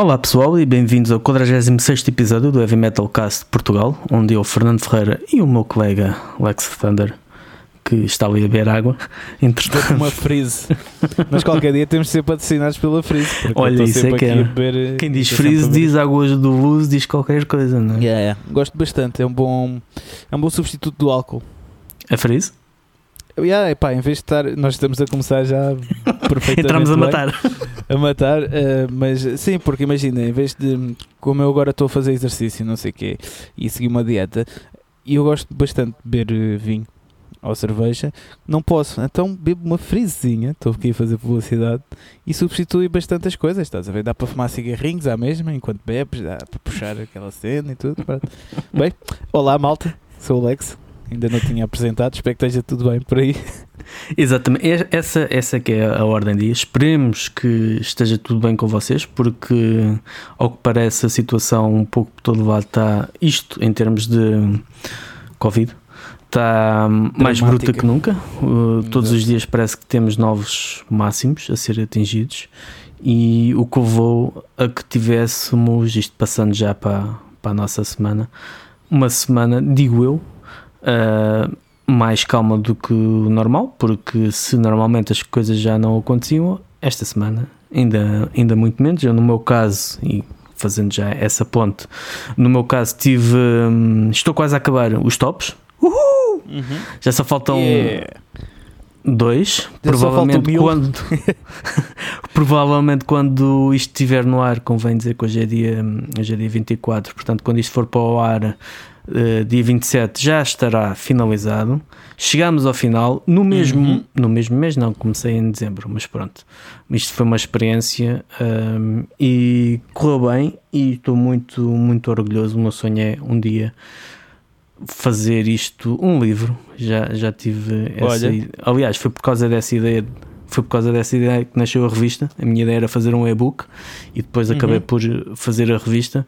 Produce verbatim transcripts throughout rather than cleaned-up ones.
Olá pessoal e bem-vindos ao quadragésimo sexto episódio do Heavy Metal Cast de Portugal, onde eu, Fernando Ferreira e o meu colega Lex Thunder, que está ali a beber água, entretanto uma Freeze. Mas qualquer dia temos de ser patrocinados pela Freeze. Olha, isso é que é. Beber, quem diz Freeze diz água do Luz, diz qualquer coisa, não é? Yeah, yeah. Gosto bastante, é um bom, é um bom substituto do álcool. A Freeze? Yeah, epá, em vez de estar, nós estamos a começar já perfeitamente entramos a bem, matar a matar, uh, mas sim, porque imagina, em vez de, como eu agora estou a fazer exercício, não sei o quê, e seguir uma dieta, e eu gosto bastante de beber vinho ou cerveja, não posso, então bebo uma frisezinha, estou aqui a fazer publicidade, e substitui bastante as coisas, estás a ver? Dá para fumar cigarrinhos à mesma, enquanto bebes, dá para puxar aquela cena e tudo. Pronto. Bem, olá malta, sou o Lex. Ainda não tinha apresentado, espero que esteja tudo bem por aí. Exatamente, essa, essa que é a ordem de dia. Esperemos que esteja tudo bem com vocês, porque ao que parece a situação um pouco por todo lado está, isto em termos de Covid, está mais bruta que nunca. Uh, todos os dias parece que temos novos máximos a ser atingidos, e o que levou a que tivéssemos, isto passando já para, para a nossa semana, uma semana, digo eu, Uh, mais calma do que o normal, porque se normalmente as coisas já não aconteciam, esta semana ainda, ainda muito menos. Eu, no meu caso, e fazendo já essa ponte, no meu caso tive um, estou quase a acabar os tops. Uhul! Uhum. Já só faltam yeah. dois. Já provavelmente quando provavelmente quando isto estiver no ar, convém dizer que hoje é dia, hoje é dia vinte e quatro, portanto quando isto for para o ar, Uh, dia vinte e sete já estará finalizado. Chegamos ao final no mesmo, uhum. no mesmo mês, não, comecei em dezembro, mas pronto, isto foi uma experiência um, e correu bem, e estou muito, muito orgulhoso. O meu sonho é um dia fazer isto um livro. Já, já tive essa ideia. Aliás, foi por causa dessa ideia Foi por causa dessa ideia que nasceu a revista. A minha ideia era fazer um e-book e depois uhum. acabei por fazer a revista,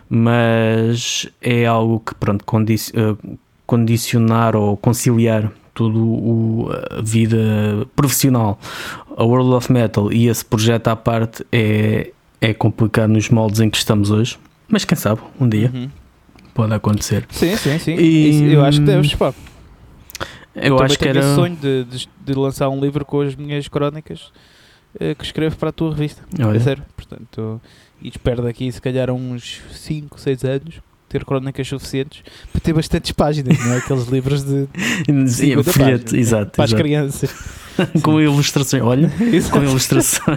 mas é algo que, pronto, condici- condicionar ou conciliar toda a vida profissional, a World of Metal e esse projeto à parte é, é complicado nos moldes em que estamos hoje, mas quem sabe, um dia uhum. pode acontecer. Sim, sim, sim. E, eu acho que deves, pá. Eu, eu acho que era esse sonho de, de, de lançar um livro com as minhas crónicas uh, que escrevo para a tua revista. Olha. É sério. Portanto, e espero daqui se calhar uns cinco, seis anos ter crónicas suficientes para ter bastantes páginas, não é? Aqueles livros de Sim, folheto, exato, para exato. as crianças. Com ilustrações, olha, com ilustrações.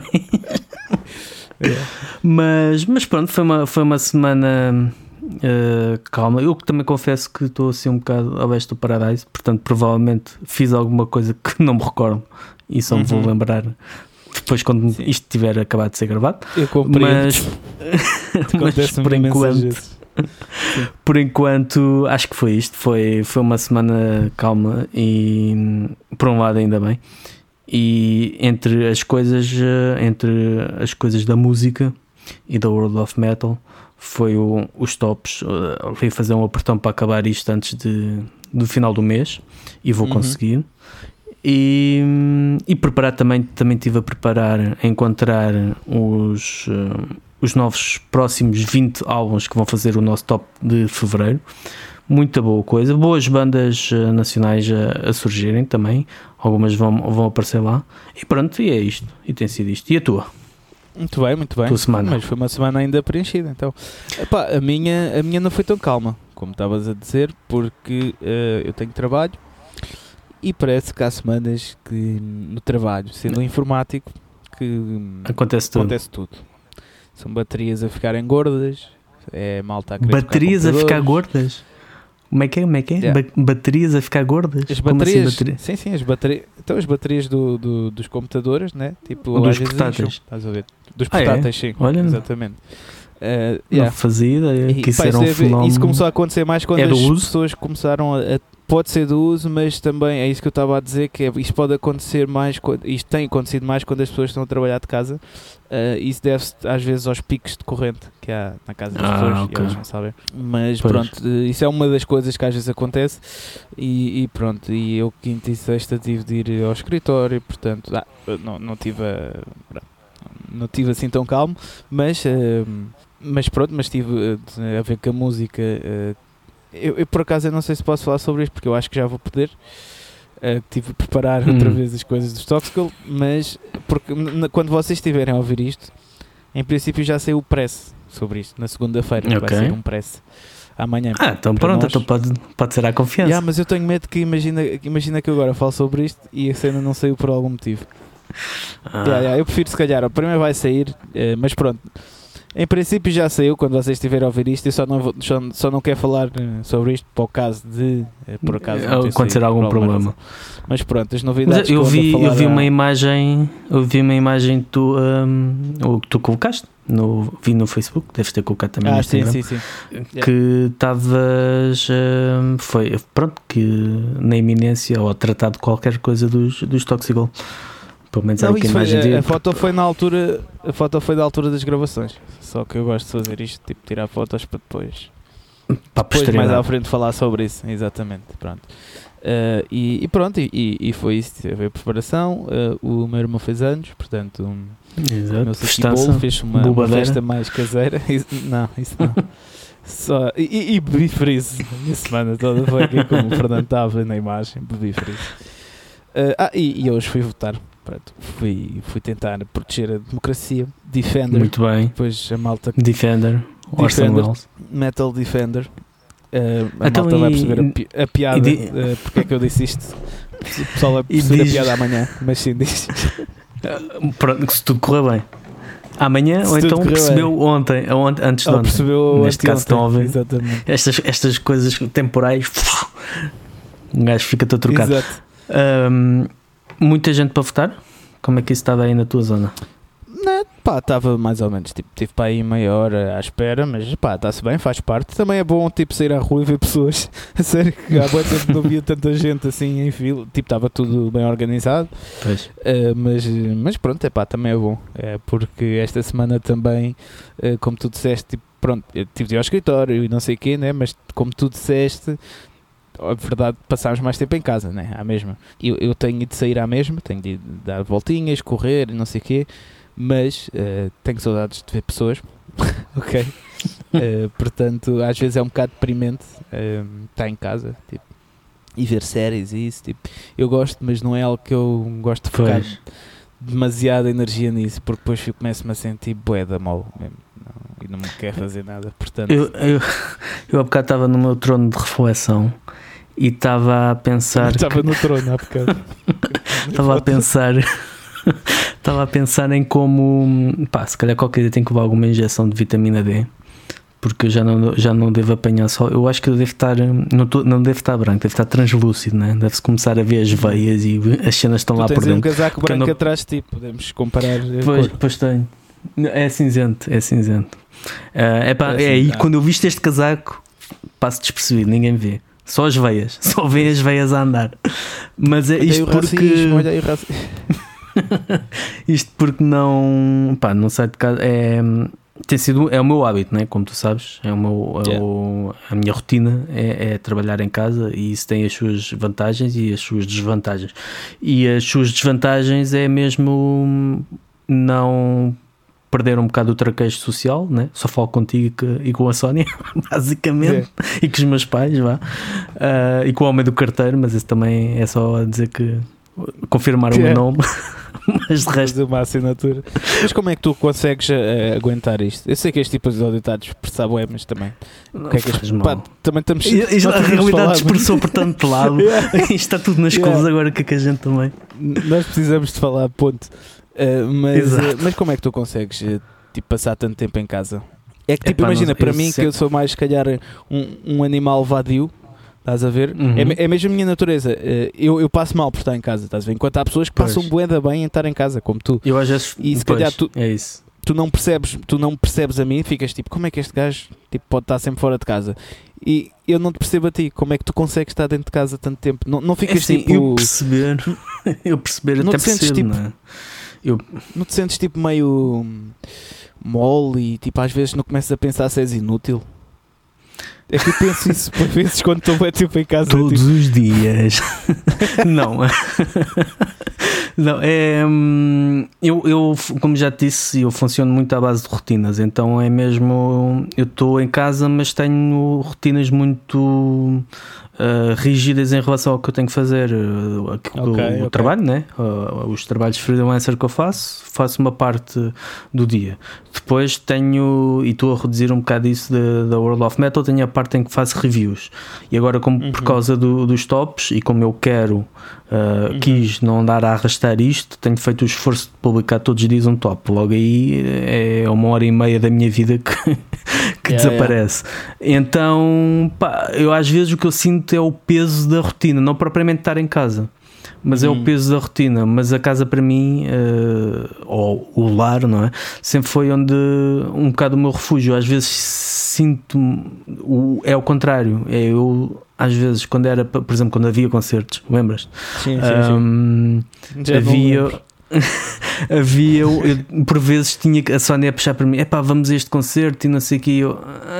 é. mas, mas pronto, foi uma, foi uma semana... Uh, calma. Eu também confesso que estou assim um bocado abaixo do Paradise, portanto provavelmente fiz alguma coisa que não me recordo e só uhum. me vou lembrar depois quando Sim. isto tiver acabado de ser gravado. Eu compreendo. Mas, mas por enquanto por enquanto acho que foi isto. Foi, foi uma semana calma e por um lado ainda bem, e entre as coisas entre as coisas da música e da World of Metal foi o, os tops. Uh, fui fazer um apertão para acabar isto antes de, do final do mês e vou uhum. conseguir. E, e preparar também, também estive a preparar, a encontrar os, uh, os novos próximos vinte álbuns que vão fazer o nosso top de fevereiro. Muita boa coisa, boas bandas uh, nacionais a, a surgirem também, algumas vão, vão aparecer lá. E pronto, e é isto, e tem sido isto. E a tua? Muito bem, muito bem. Mas foi uma semana ainda preenchida, então. Epá, a minha, a minha não foi tão calma, como estavas a dizer, porque uh, eu tenho trabalho e parece que há semanas que no trabalho, sendo informático, que acontece tudo. acontece tudo. São baterias a ficarem gordas, é malta a querer baterias a ficar gordas? Como é que é? Como é que é? Yeah. Ba- baterias a ficar gordas? As baterias, assim, bateria? Sim, sim, as baterias. Então as baterias do, do, dos computadores, né? Tipo, dos portáteis. Estás a ver? Dos portáteis, ah, é? Sim. Olha, exatamente. Uh, yeah. Não fazia ideia que isso pá, era um fenómeno. Isso começou a acontecer mais quando é as uso? pessoas começaram a, a... Pode ser do uso, mas também é isso que eu estava a dizer, que é, isto pode acontecer mais, isto tem acontecido mais quando as pessoas estão a trabalhar de casa. Uh, isso deve-se às vezes aos picos de corrente que há na casa das ah, pessoas, okay. e elas não sabem. Mas pois. Pronto, isso é uma das coisas que às vezes acontece, e, e pronto, e eu quinta e sexta tive de ir ao escritório, portanto, ah, não, não tive a... não tive assim tão calmo, mas, uh, mas pronto, mas estive uh, a ver com a música. Uh, eu, eu por acaso eu não sei se posso falar sobre isto, porque eu acho que já vou poder. Uh, tive de preparar hum. outra vez as coisas do Toxical, mas porque n- quando vocês estiverem a ouvir isto, em princípio já saiu o press sobre isto, na segunda-feira, okay. Vai ser um press amanhã. Ah, então pronto, nós. Então pode, pode ser à confiança. Yeah, mas eu tenho medo que imagina, imagina que eu agora falo sobre isto e a cena não saiu por algum motivo. Ah. Yeah, yeah, eu prefiro se calhar, o primeiro vai sair, uh, mas pronto. Em princípio já saiu, quando vocês estiverem a ouvir isto, eu só não, vou, só, só não quero falar sobre isto para o caso de, por acaso, não acontecer algum problema. Razão. Mas pronto, as novidades eu que vi, eu, eu vi a... uma imagem, eu vi uma imagem tu, um, o que tu colocaste, no, vi no Facebook, deves ter colocado também ah, no sim, Instagram, sim, sim. que estavas, um, foi, pronto, que na iminência ou tratado de qualquer coisa dos, dos Toxical. Pelo menos não, era que a imagem foi, de... a foto foi na altura, a foto foi da altura das gravações. Só que eu gosto de fazer isto, tipo tirar fotos para depois, para depois mais à frente falar sobre isso, exatamente. Pronto. Uh, e, e pronto, e, e foi isso. Teve a preparação. Uh, o meu irmão fez anos, portanto, um, exato. O meu Festança, fez uma, uma festa mais caseira. Isso, não, isso não. Só, e, e bebi frizz a semana toda. Foi aqui como o Fernando estava na imagem, bebi frizz. Uh, ah, e, e hoje fui votar. Pronto, fui, fui tentar proteger a democracia. Defender. Muito bem. Depois a malta. Defender. Defender. Metal Defender. Uh, a então malta e, vai perceber a, pi- a piada. Di- uh, porque é que eu disse isto? O pessoal vai perceber diz, a piada amanhã. Mas sim, diz. Pronto, se tudo correr bem. Amanhã, se ou então percebeu bem. ontem, ontem, antes de ontem. Percebeu Neste caso estão a ver. Exatamente. Estas, estas coisas temporais. Um gajo fica todo trocado. Exato. Um, muita gente para votar? Como é que isso estava aí na tua zona? Não, pá, estava mais ou menos, tipo, tive para aí meia hora à espera, mas pá, está-se bem, faz parte. Também é bom, tipo, sair à rua e ver pessoas. A sério, que há muito tempo não via tanta gente assim em fila, tipo, estava tudo bem organizado. Pois. Uh, mas, mas pronto, é pá, também é bom. É porque esta semana também, uh, como tu disseste, tipo, pronto, eu tive de ir ao escritório e não sei o quê, né? Mas como tu disseste, a verdade, passámos mais tempo em casa, né? À mesma. Eu, eu tenho de sair à mesma, tenho de dar voltinhas, correr, não sei o quê, mas uh, tenho saudades de ver pessoas, ok? Uh, portanto, às vezes é um bocado deprimente uh, estar em casa, tipo, e ver séries e isso, tipo, eu gosto, mas não é algo que eu gosto de focar pois. demasiada energia nisso, porque depois eu começo-me a sentir bué da mal mesmo. E não me quer fazer nada, portanto... Eu, eu, eu há bocado estava no meu trono de reflexão e estava a pensar... Estava que... no trono há bocado. Estava a pensar... Estava a pensar em como... Pá, se calhar qualquer dia tenho que levar alguma injeção de vitamina D, porque eu já não, já não devo apanhar sol. Eu acho que eu devo estar... Não, tô, não devo estar branco, devo estar translúcido, né? Deve-se começar a ver as veias e as cenas estão tu lá por dentro. Tu tens um casaco branco não... atrás de ti, podemos comparar... Pois, pois tenho. É cinzento, é cinzento. Uh, é pá, é aí, quando eu viste este casaco, passo despercebido, ninguém vê. Só as veias, só vê as veias a andar. Mas é isto porque. Racismo, olha aí o racismo. Isto porque não. Pá, não sai de casa. É, tem sido, é o meu hábito, né? Como tu sabes, é o meu, é yeah. o, a minha rotina é, é trabalhar em casa e isso tem as suas vantagens e as suas desvantagens. E as suas desvantagens é mesmo não. Perder um bocado o traquejo social, né? Só falo contigo e, que, e com a Sónia, basicamente, é. E com os meus pais, vá. Uh, e com o homem do carteiro, mas isso também é só dizer que confirmar que o meu é. nome, mas de resto. Uma assinatura. Mas como é que tu consegues uh, aguentar isto? Eu sei que este tipo de auditados percebe, mas também. Não que é que faz este, pá, também estamos. E, isto, a realidade dispersou por tanto lado. yeah. Isto está tudo nas yeah. coisas agora que, que a gente também. Nós precisamos de falar, ponto. Uh, mas, uh, mas como é que tu consegues uh, tipo, passar tanto tempo em casa? É que tipo, Epá, imagina, não, para mim, sei. Que eu sou mais, se calhar, um, um animal vadio, estás a ver? Uhum. É, é mesmo a minha natureza. Uh, eu, eu passo mal por estar em casa, estás a ver? Enquanto há pessoas que pois. passam bué da bem em estar em casa, como tu. Eu às vezes, e se pois, calhar tu, é isso. tu não percebes, tu não percebes a mim, ficas tipo, como é que este gajo tipo, pode estar sempre fora de casa? E eu não te percebo a ti, como é que tu consegues estar dentro de casa tanto tempo? Não, não ficas é assim, tipo... Eu perceber, eu perceber não até te sentes, percebo, tipo, não é? Eu... Não te sentes tipo meio mole e tipo às vezes não começas a pensar se és inútil? É que eu penso isso por vezes quando estou tipo, em casa. Todos tipo... os dias. Não. Não, é, eu, eu, como já te disse, eu funciono muito à base de rotinas, então é mesmo, eu estou em casa, mas tenho rotinas muito uh, rígidas em relação ao que eu tenho que fazer, uh, okay, o, okay. o trabalho, né? Uh, os trabalhos freelancer que eu faço, faço uma parte do dia. Depois tenho, e estou a reduzir um bocado isso da World of Metal, tenho a parte em que faço reviews, e agora como uhum. por causa do, dos tops, e como eu quero, uh, uhum. quis não andar a arrastar isto, tenho feito o esforço de publicar todos os dias um top. Logo aí é uma hora e meia da minha vida que, que yeah, desaparece. Yeah. Então, pá, eu às vezes o que eu sinto é o peso da rotina, não propriamente estar em casa, mas hum. é o peso da rotina. Mas a casa para mim, uh, ou o lar, não é? Sempre foi onde um bocado o meu refúgio. Às vezes sinto, o, é o contrário. É eu, às vezes, quando era, por exemplo, quando havia concertos, lembras? Sim, sim, um, sim. Havia. havia eu, eu, por vezes tinha a Sónia a puxar para mim, epá, vamos a este concerto e não sei o que, eu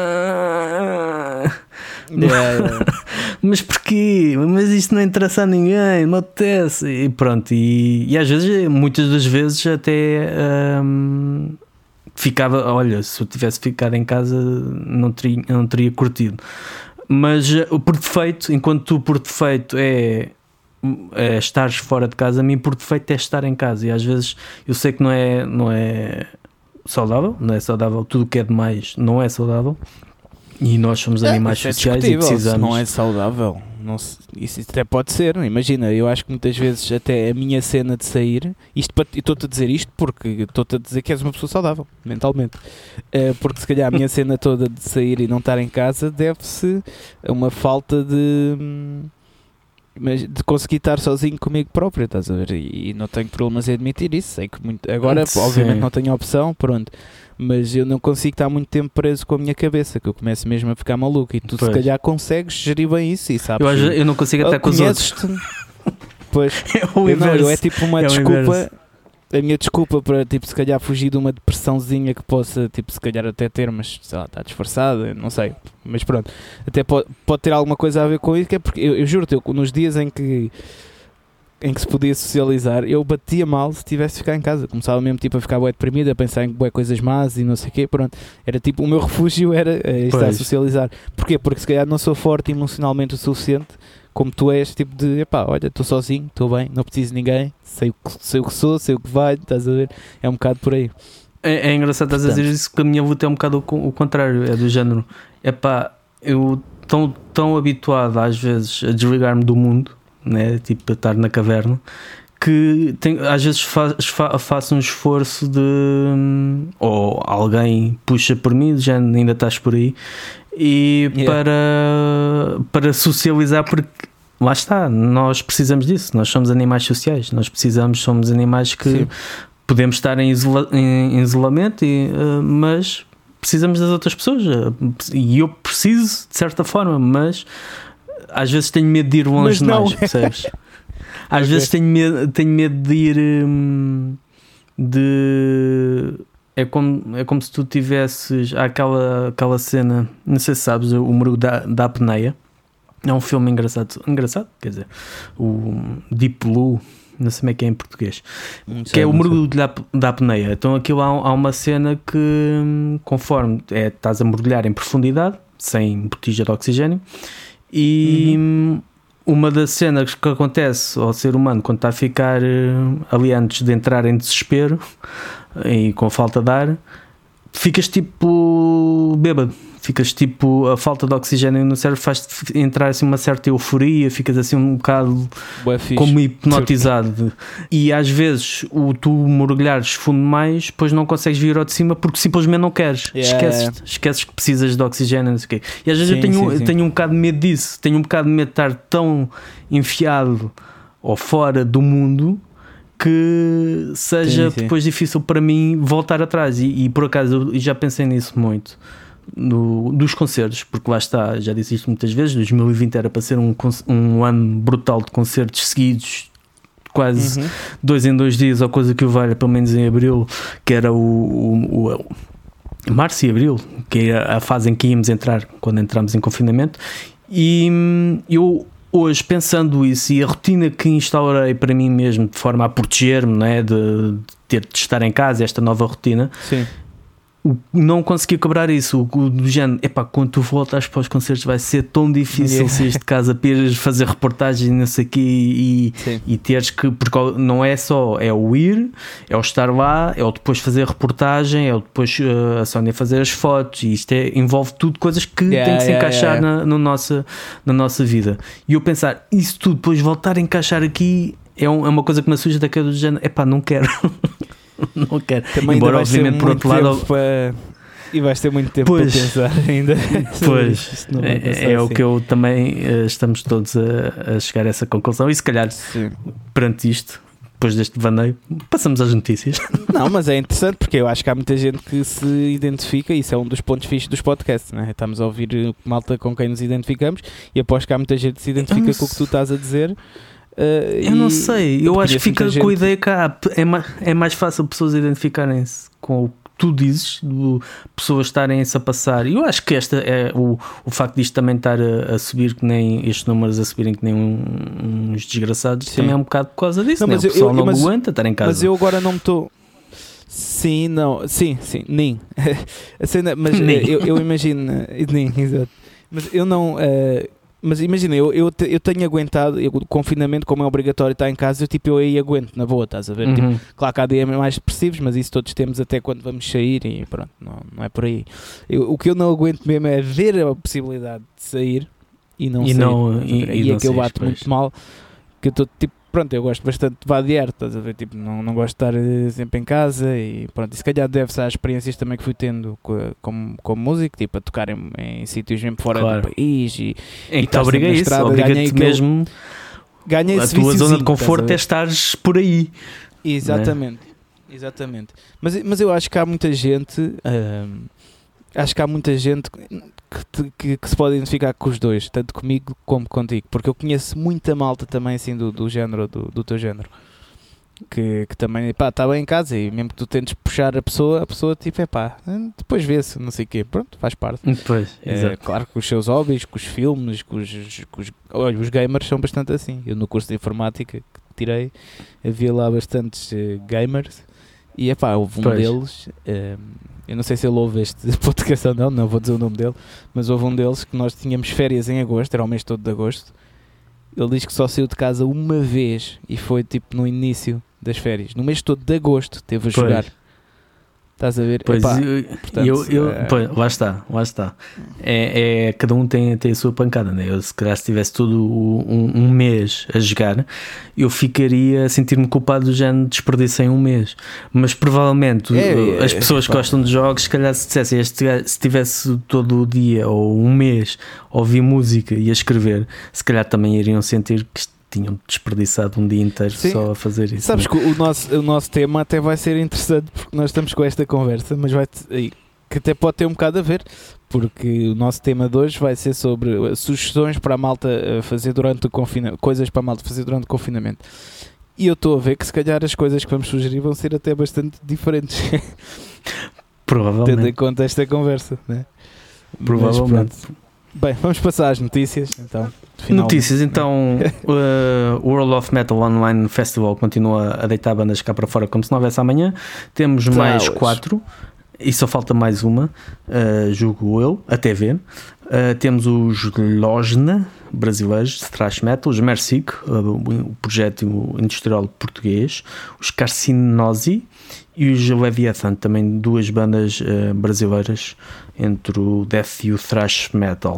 yeah, yeah. mas porquê? Mas isto não interessa a ninguém, não apetece, e pronto, e, e às vezes, muitas das vezes até hum, ficava, olha, se eu tivesse ficado em casa não teria, não teria curtido, mas por defeito, enquanto tu por defeito é É, estares fora de casa, a mim por defeito é estar em casa, e às vezes eu sei que não é, não é saudável, não é saudável, tudo o que é demais não é saudável, e nós somos é, animais sociais e precisamos. Não é saudável, não se, isso até pode ser, imagina, eu acho que muitas vezes até a minha cena de sair, isto, estou-te a dizer isto porque estou-te a dizer que és uma pessoa saudável mentalmente, é, porque se calhar a minha cena toda de sair e não estar em casa deve-se a uma falta de mas de conseguir estar sozinho comigo próprio, estás a ver? E, e não tenho problemas em admitir isso. Sei que muito, agora, sim, obviamente, não tenho opção, pronto, mas eu não consigo estar muito tempo preso com a minha cabeça, que eu começo mesmo a ficar maluco. E tu, pois, se calhar, consegues gerir bem isso e sabes. Eu, eu não consigo até com os outros. Pois, é o eu, não, eu é tipo uma é desculpa. A minha desculpa para, tipo, se calhar fugir de uma depressãozinha que possa, tipo, se calhar até ter, mas sei lá, está disfarçada, não sei, mas pronto, até pode, pode ter alguma coisa a ver com isso, que é porque, eu, eu juro-te, eu, nos dias em que em que se podia socializar, eu batia mal se tivesse de ficar em casa, começava mesmo tipo a ficar bué deprimido, a pensar em bué coisas más e não sei o quê, pronto, era tipo, o meu refúgio era é, estar a socializar. Porquê? Porque se calhar não sou forte emocionalmente o suficiente, como tu és, tipo de, epá, olha, estou sozinho, estou bem, não preciso de ninguém, sei o, que, sei o que sou, sei o que vai, estás a ver? É um bocado por aí. É, é engraçado estás a dizer isso, que a minha luta é um bocado o, o contrário, é do género, epá, eu tão, tão habituado às vezes a desligar-me do mundo, né? Tipo a estar na caverna, que tenho, às vezes fa, fa, faço um esforço de, ou alguém puxa por mim, já ainda estás por aí, e yeah. para, para socializar, porque lá está, nós precisamos disso, nós somos animais sociais, nós precisamos, somos animais que Sim. podemos estar em, isola, em, em isolamento, e, uh, mas precisamos das outras pessoas, e eu preciso de certa forma, mas às vezes tenho medo de ir longe demais, percebes? Às okay. vezes tenho medo, tenho medo de ir hum, de... É como, é como se tu tivesses aquela, aquela cena, não sei se sabes, o Mergulho da, da Apneia. É um filme engraçado, engraçado, quer dizer, o Deep Blue, não sei como é que é em português, não que sei, é o Mergulho da, da Apneia. Então aquilo há, há uma cena que, conforme é, estás a mergulhar em profundidade, sem botija de oxigênio, e uhum. uma das cenas que acontece ao ser humano quando está a ficar ali antes de entrar em desespero e com falta de ar, ficas tipo bêbado, ficas tipo, a falta de oxigênio no cérebro faz-te entrar assim uma certa euforia, ficas assim um bocado como hipnotizado, e às vezes o tu mergulhares fundo mais, depois não consegues vir ao de cima porque simplesmente não queres, yeah. esqueces, esqueces que precisas de oxigênio, não sei o quê. E às vezes sim, eu tenho, sim, sim. tenho um bocado de medo disso, tenho um bocado de medo de estar tão enfiado ou fora do mundo que seja sim, sim. depois difícil para mim voltar atrás, e, e por acaso eu já pensei nisso muito no, dos concertos, porque lá está, já disse isto muitas vezes, dois mil e vinte era para ser um, um ano brutal de concertos seguidos, quase uhum. dois em dois dias, ou coisa que o valha, pelo menos em abril, que era o, o, o março e abril, que era a fase em que íamos entrar quando entramos em confinamento, e eu hoje, pensando isso e a rotina que instaurei para mim mesmo, de forma a proteger-me, não é? de, de ter de estar em casa, esta nova rotina, Sim. não consegui quebrar isso. O do género, epá, quando tu voltas para os concertos vai ser tão difícil yeah. sair de casa para ir fazer reportagens não sei aqui e, e teres que, porque não é só, é o ir, é o estar lá, é o depois fazer reportagem, é o depois uh, a Sónia fazer as fotos, e isto é, envolve tudo coisas que yeah, têm que se yeah, encaixar yeah. Na, no nossa, na nossa vida. E eu pensar, isso tudo depois voltar a encaixar aqui é, um, é uma coisa que me assusta até que é do género, epá, não quero. Não quero. Também embora obviamente por outro lado para... e vais ter muito tempo pois, para pensar ainda. Pois é, é assim. O que eu também uh, estamos todos a, a chegar a essa conclusão, e se calhar Sim. perante isto, depois deste vaneio, passamos às notícias. Não, mas é interessante porque eu acho que há muita gente que se identifica, e isso é um dos pontos fixos dos podcasts, né? Estamos a ouvir malta com quem nos identificamos, e aposto que há muita gente que se identifica com o que tu estás a dizer. Uh, eu não sei, eu acho que fica com a ideia que há, é, mais, é mais fácil pessoas identificarem-se com o que tu dizes, do, pessoas estarem-se a passar. E eu acho que esta é o, o facto disto também estar a, a subir, que nem estes números a subirem, que nem um, uns desgraçados, Sim. também é um bocado por causa disso. Não, mas né? O pessoal eu, eu, não mas, aguenta estar em casa. Mas eu agora não me estou. Sim, não, sim, sim, nem. Mas eu, eu imagino, nem, exato. Mas eu não. Uh, Mas imagina, eu, eu, eu tenho aguentado, eu, o confinamento, como é obrigatório estar em casa, eu, tipo, eu aí aguento, na boa, estás a ver? Uhum. Tipo, claro que há dias mais depressivos, mas isso todos temos até quando vamos sair e pronto, não, não é por aí. Eu, o que eu não aguento mesmo é ver a possibilidade de sair e não e sair. Não, e, e, e é que eu bato pois. muito mal, que eu estou tipo, pronto, eu gosto bastante de vadiar, estás a ver? Tipo, não, não gosto de estar sempre em casa e pronto, e se calhar deve-se às experiências também que fui tendo como, como músico, tipo, a tocar em, em sítios mesmo fora claro. do país e, é e te obriga a isso, obriga-te mesmo ganhei a tua zona de conforto é estares por aí. Exatamente, é? exatamente. Mas, mas eu acho que há muita gente, hum, acho que há muita gente que, que, que se pode identificar com os dois, tanto comigo como contigo, porque eu conheço muita malta também assim do, do género, do, do teu género, que, que também, pá, está bem em casa e mesmo que tu tentes puxar a pessoa, a pessoa tipo, é pá, depois vê-se, não sei o quê, pronto, faz parte. Depois, é, claro que com os seus hobbies, com os filmes, com os, com os, olha, os gamers são bastante assim. Eu no curso de informática que tirei, havia lá bastantes uh, gamers e, é pá, houve um pois. deles... Uh, eu não sei se ele ouve este podcast ou não, não vou dizer o nome dele, mas houve um deles que nós tínhamos férias em agosto, era o mês todo de agosto. Ele diz que só saiu de casa uma vez e foi tipo no início das férias. No mês todo de agosto teve a pois. jogar. Estás a ver? Pois, Epá, eu, portanto, eu, eu, é... pois, lá está, lá está. É, é, cada um tem, tem a sua pancada, né? Eu, se calhar, se tivesse todo um, um mês a jogar, eu ficaria a sentir-me culpado do género de desperdicei um mês. Mas provavelmente é, as pessoas é, que gostam de jogos, se calhar, se dissessem, se tivesse todo o dia ou um mês a ouvir música e a escrever, se calhar também iriam sentir que tinham desperdiçado um dia inteiro Sim. só a fazer isso. Sabes né? que o nosso, o nosso tema até vai ser interessante porque nós estamos com esta conversa, mas vai que até pode ter um bocado a ver, porque o nosso tema de hoje vai ser sobre sugestões para a malta fazer durante o confinamento, coisas para a malta fazer durante o confinamento. E eu estou a ver que se calhar as coisas que vamos sugerir vão ser até bastante diferentes. Provavelmente. Tendo em conta esta conversa, né? Provavelmente. Bem, vamos passar às notícias, então. Notícias, então o uh, World of Metal Online Festival continua a deitar bandas cá para fora como se não houvesse amanhã. Temos Flowers. mais quatro e só falta mais uma, uh, julgo eu, até ver. Uh, temos os Lojna brasileiros de thrash metal, os Mersic, uh, o projeto industrial português, os Carcinosi e os Leviathan, também duas bandas uh, brasileiras entre o death e o thrash metal.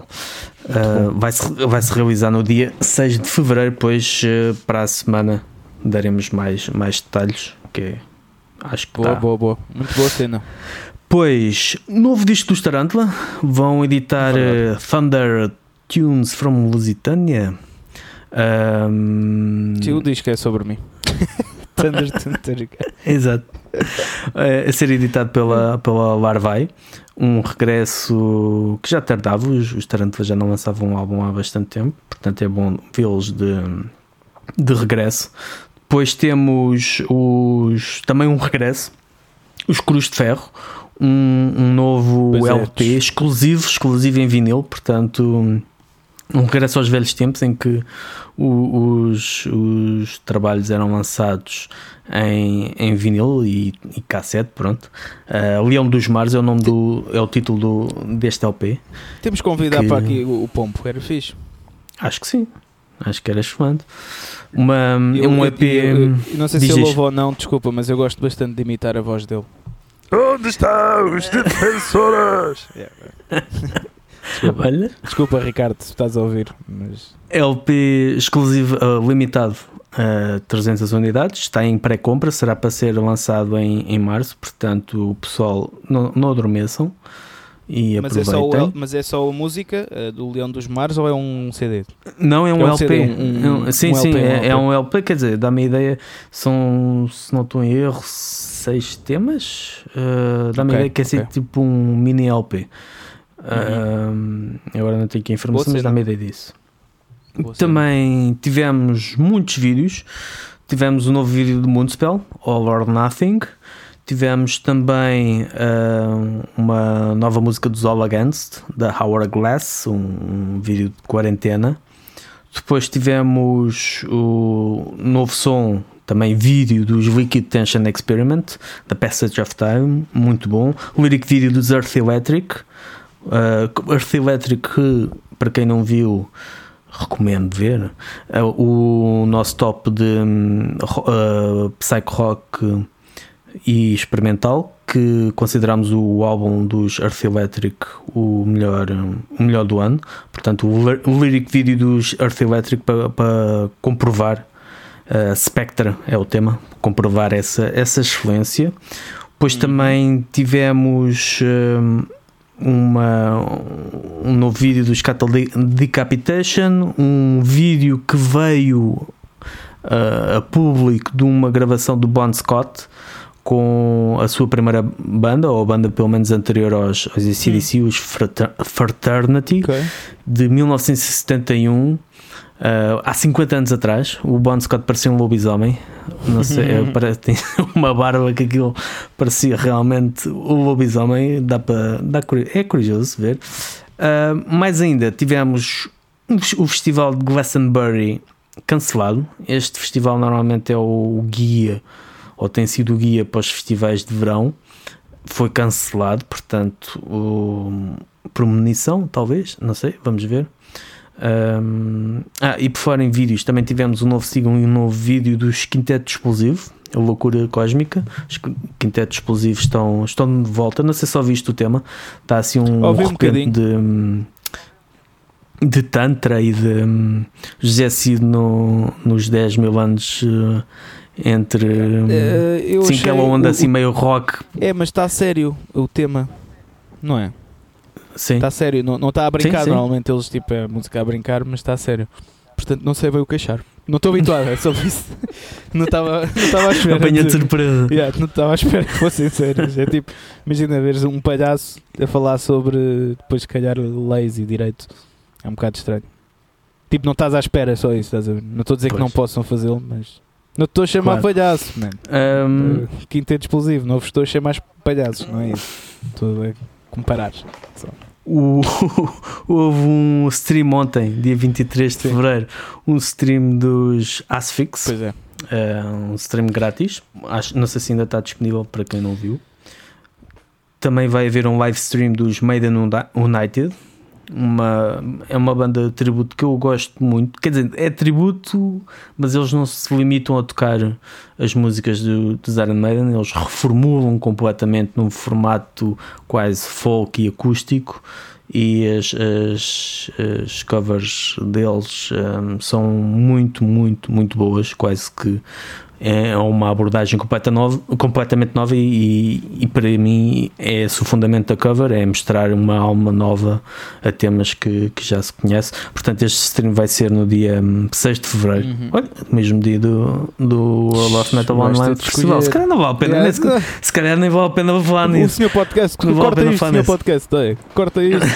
Uh, vai-se, vai-se realizar no dia seis de fevereiro, pois uh, para a semana daremos mais, mais detalhes, que é, acho que boa, tá. boa, boa, muito boa cena. Pois, novo disco dos Tarantula, vão editar uh, Thunder Tunes from Lusitânia. Um... Sim, o disco é sobre mim. Thunder Tunes. Exato. Uh, a ser editado pela, pela Larvae. Um regresso que já tardava, os, os Tarantula já não lançavam um álbum há bastante tempo, portanto é bom vê-los de, de regresso. Depois temos os, também um regresso, os Cruz de Ferro, um, um novo pois L P é. exclusivo, exclusivo em vinil, portanto um regresso aos velhos tempos em que o, os, os trabalhos eram lançados em, em vinil e, e cassete, pronto. Uh, Leão dos Mares é o nome do, é o título do, deste L P. Temos que convidar que, para aqui o, o Pompo, era fixe. Acho que sim, acho que era excelente. Uma, eu, um E P. Eu, eu, eu não sei se ele isto. ouve ou não, desculpa, mas eu gosto bastante de imitar a voz dele. Onde estão os defensores? Desculpa. Olha. Desculpa, Ricardo, se estás a ouvir. Mas... L P exclusivo, uh, limitado a trezentas unidades, está em pré-compra, será para ser lançado em, em março, portanto o pessoal não, não adormeçam e mas, é aproveitem. só o, mas é só a música uh, do Leão dos Mares ou é um C D? Não, é um, é um L P. C D, um, um, sim, um sim, L P, é, um L P. é um L P, quer dizer, dá-me a ideia, são, se não estou em erro, seis temas, uh, dá-me okay, a ideia que é okay. assim, tipo um mini L P. Uhum. Uh, agora não tenho aqui a informação, mas dá-me a ideia disso. Boa Também cena. Tivemos muitos vídeos. Tivemos um novo vídeo do Moonspell, All or Nothing. Tivemos também uh, uma nova música dos All Against, da Hourglass, um, um vídeo de quarentena. Depois tivemos o novo som, também vídeo dos Liquid Tension Experiment, The Passage of Time, muito bom. O lyric vídeo dos Earth Electric. Uh, Earth Electric, para quem não viu, recomendo ver. Uh, o nosso top de uh, psych rock e experimental, que consideramos o álbum dos Earth Electric o melhor, o melhor do ano. Portanto, o, o lyric vídeo dos Earth Electric para, para comprovar, uh, Spectra é o tema, comprovar essa, essa excelência. Depois hum. também tivemos uh, uma, um novo vídeo dos Cattle Decapitation, um vídeo que veio uh, a público de uma gravação do Bon Scott com a sua primeira banda, ou a banda pelo menos anterior aos, aos A C D C, os Fraternity, okay. de mil novecentos e setenta e um, uh, há cinquenta anos atrás. O Bon Scott parecia um lobisomem, não sei, uhum. parece, tem uma barba que aquilo parecia realmente o lobisomem, dá para, dá, é curioso ver. Uh, mais ainda, tivemos o festival de Glastonbury cancelado. Este festival normalmente é o guia, ou tem sido o guia para os festivais de verão, foi cancelado, portanto, o, premonição, talvez, não sei, vamos ver. Um, ah, e por fora em vídeos, também tivemos um novo single e um novo vídeo dos Quinteto Explosivo, a Loucura Cósmica. Os Quinteto Explosivos estão, estão de volta, não sei se ouviste o tema, está assim um, um repente de, de Tantra e de um, José Cid no, nos dez mil anos. Uh, entre uh, sim, aquela onda o, assim meio rock. É, mas está sério o tema, não é? Sim. Está sério, não, não está a brincar. Sim, sim. Normalmente eles tipo é música a brincar, mas está sério. Portanto não sei bem o que achar. Não estou habituado, é sobre isso. Não estava não estava à espera. Apanha de surpresa. Yeah, não estava à espera que fossem sérios. É tipo, imagina veres um palhaço a falar sobre depois se calhar leis e direito. É um bocado estranho. Tipo, não estás à espera, só isso, estás a ver? Não estou a dizer pois. que não possam fazê-lo, mas não estou a chamar claro. palhaço, mano. Um... Quinteto Explosivo, não vos estou a chamar palhaços, não é isso. Estou a comparar. Só. O, houve um stream ontem, dia vinte e três de fevereiro, um stream dos Asphyx. Pois é. Uh, um stream grátis. Acho, não sei se ainda está disponível para quem não viu. Também vai haver um live stream dos Maiden United. Uma, é uma banda de tributo que eu gosto muito, quer dizer, é tributo, mas eles não se limitam a tocar as músicas do, dos Iron Maiden, eles reformulam completamente num formato quase folk e acústico, e as, as, as covers deles um, são muito, muito, muito boas, quase que é uma abordagem completa nova, completamente nova e, e para mim é esse o fundamento da cover, é mostrar uma alma nova a temas que, que já se conhece. Portanto, este stream vai ser no dia seis de fevereiro, uhum. Olha, mesmo dia do, do World of Metal Online Festival. Se calhar não vale a pena, yeah. nem, se, se calhar nem vale a pena falar nisso. O senhor podcast, não corta vale isto, senhor podcast, é, corta isto.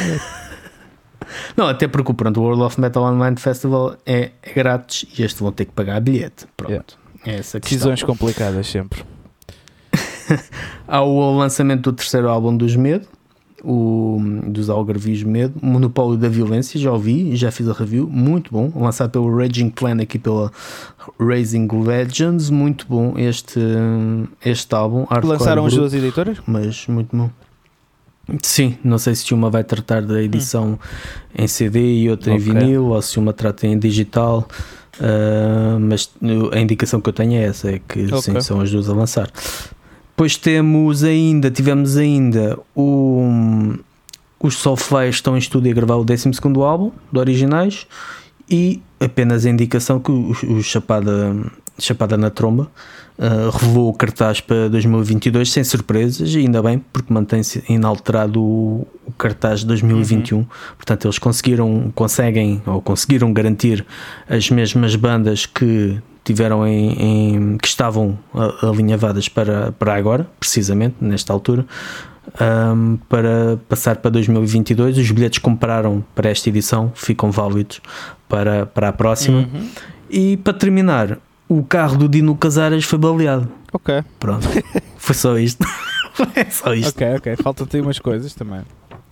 Não, até porque pronto, o World of Metal Online Festival é, é grátis e este vão ter que pagar bilhete, pronto. Yeah. É essa decisões complicadas sempre. Há o lançamento do terceiro álbum dos Medo, o, dos Algarvios Medo, Monopólio da Violência, já ouvi, já fiz a review, muito bom, lançado pelo Raging Plan aqui pela Raising Legends, muito bom este, este álbum. Lançaram as bruto, duas editoras? mas muito bom. Sim, não sei se uma vai tratar da edição hum. em C D e outra okay. em vinil, ou se uma trata em digital, uh, mas a indicação que eu tenho é essa, é que okay. sim, são as duas a lançar. Depois temos ainda, tivemos ainda o, os Soulfly estão em estúdio a gravar o décimo segundo álbum de originais, e apenas a indicação que o, o Chapada, Chapada na Tromba uh, revelou o cartaz para dois mil e vinte e dois sem surpresas, e ainda bem, porque mantém-se inalterado o, o cartaz de dois mil e vinte e um. Uhum. Portanto, eles conseguiram, conseguem ou conseguiram garantir as mesmas bandas que tiveram em, em que estavam alinhavadas para, para agora, precisamente nesta altura, um, para passar para dois mil e vinte e dois. Os bilhetes que compraram para esta edição ficam válidos para, para a próxima. Uhum. E para terminar, o carro do Dino Casares foi baleado. Ok. Pronto, foi só isto. Foi só isto. Ok, ok. Faltam-te umas coisas também.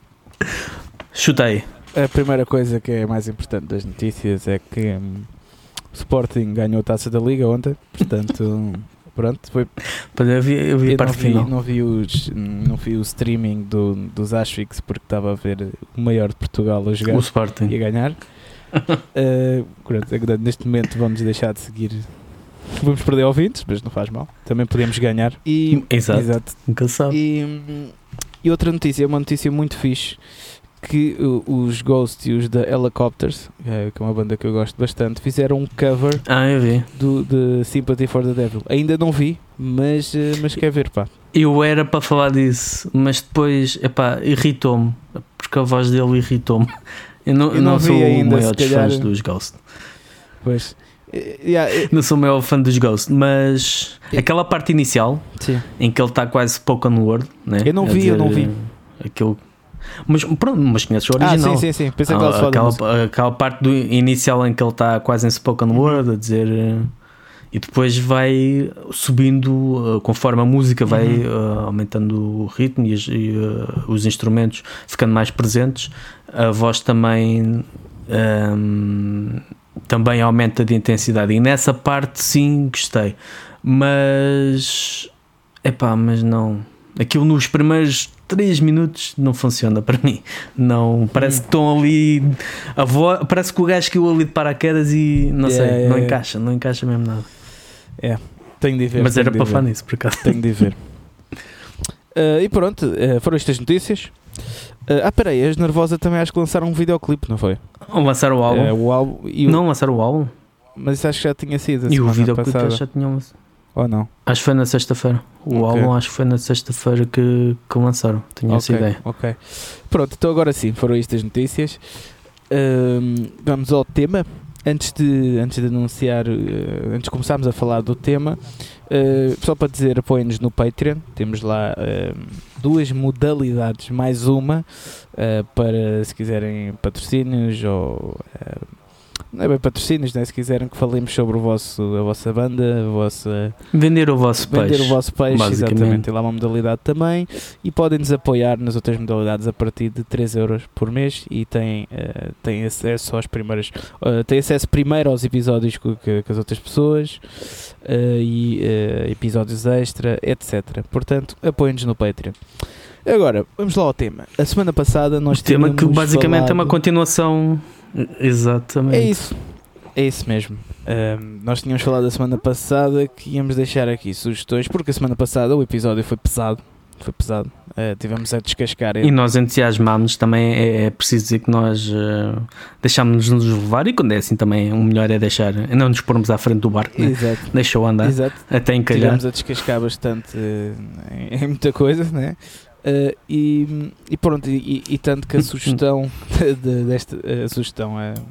Chutei. A primeira coisa que é mais importante das notícias é que hum, o Sporting ganhou a Taça da Liga ontem, portanto, pronto, foi... Eu vi, eu vi eu a parte não vi, final. Não vi, os, não vi o streaming do, dos Asphyx porque estava a ver o maior de Portugal a jogar o Sporting e a ganhar. uh, pronto, neste momento vamos deixar de seguir, vamos perder ouvintes, mas não faz mal, também podemos ganhar. E, exato, exato. Nunca sabe. E, e outra notícia, uma notícia muito fixe, que os Ghost e os da Helicopters, que é uma banda que eu gosto bastante, fizeram um cover ah, eu vi. Do, de Sympathy for the Devil. Ainda não vi, mas, mas quer ver, pá. Eu era para falar disso, mas depois, epá, irritou-me, porque a voz dele irritou-me. Eu não, eu não, não sou ainda, o maior dos calhar... fãs dos Ghost. Pois. Yeah, yeah. Não sou o maior fã dos Ghost, mas yeah. aquela parte inicial, sim, em que ele está quase spoken word, né? Eu não vi, eu não vi. Aquilo... Mas pronto, mas conheces o original. Ah, sim, sim, sim. Pensei que ah, aquela, aquela parte do inicial em que ele está quase em spoken word a dizer, uh, e depois vai subindo uh, conforme a música vai uhum. uh, aumentando o ritmo e, e uh, os instrumentos ficando mais presentes, a voz também um, também aumenta de intensidade, e nessa parte sim gostei, mas epá, mas não, aquilo nos primeiros três minutos não funciona para mim. Não, parece hum. que estão ali a voz, parece que o gajo caiu ali de paraquedas e não yeah, sei, yeah, não yeah. encaixa, não encaixa mesmo nada. É, tenho de ver. Mas era para falar ver. nisso, por acaso. Tenho de ver. uh, e pronto, uh, foram estas notícias. Uh, ah, peraí, as Nervosa também acho que lançaram um videoclipe, não foi? Lançaram o álbum? Uh, o álbum e o... Não, lançaram o álbum. Mas isso acho que já tinha sido a e o videoclipe já tinha lançado. Ou não? Acho que foi na sexta-feira. O okay. álbum acho que foi na sexta-feira que, que lançaram. Tinha okay, essa ideia. Ok. Pronto, então agora sim, foram estas notícias. Um, vamos ao tema. Antes de, antes de anunciar, uh, antes de começarmos a falar do tema, uh, só para dizer, apoiem-nos no Patreon. Temos lá uh, duas modalidades, mais uma, uh, para se quiserem patrocínios ou... Uh, não é bem patrocínios, né? Se quiserem que falemos sobre o vosso, a vossa banda, a vossa... Vender o vosso vender peixe. Vender o vosso peixe, exatamente. Tem lá uma modalidade também. E podem-nos apoiar nas outras modalidades a partir de três euros por mês e têm, uh, têm acesso às primeiras... Uh, têm acesso primeiro aos episódios que, que, que as outras pessoas uh, e uh, episódios extra, etcétera. Portanto, apoiem-nos no Patreon. Agora, vamos lá ao tema. A semana passada nós tínhamos... O tema que basicamente falado... é uma continuação... Exatamente. É isso. É isso mesmo. Um, nós tínhamos falado a semana passada que íamos deixar aqui sugestões, porque a semana passada o episódio foi pesado. Foi pesado. Uh, tivemos a descascar. E nós entusiasmámos também. É, é preciso dizer que nós uh, deixámos-nos levar, e quando é assim também o melhor é deixar, não nos pormos à frente do barco, né? Exato. Deixa-o andar. Exato. Até encalhar. Tivemos a descascar bastante uh, em, em muita coisa, né? Uh, e, e pronto, e, e tanto que a sugestão de, de, desta a sugestão é,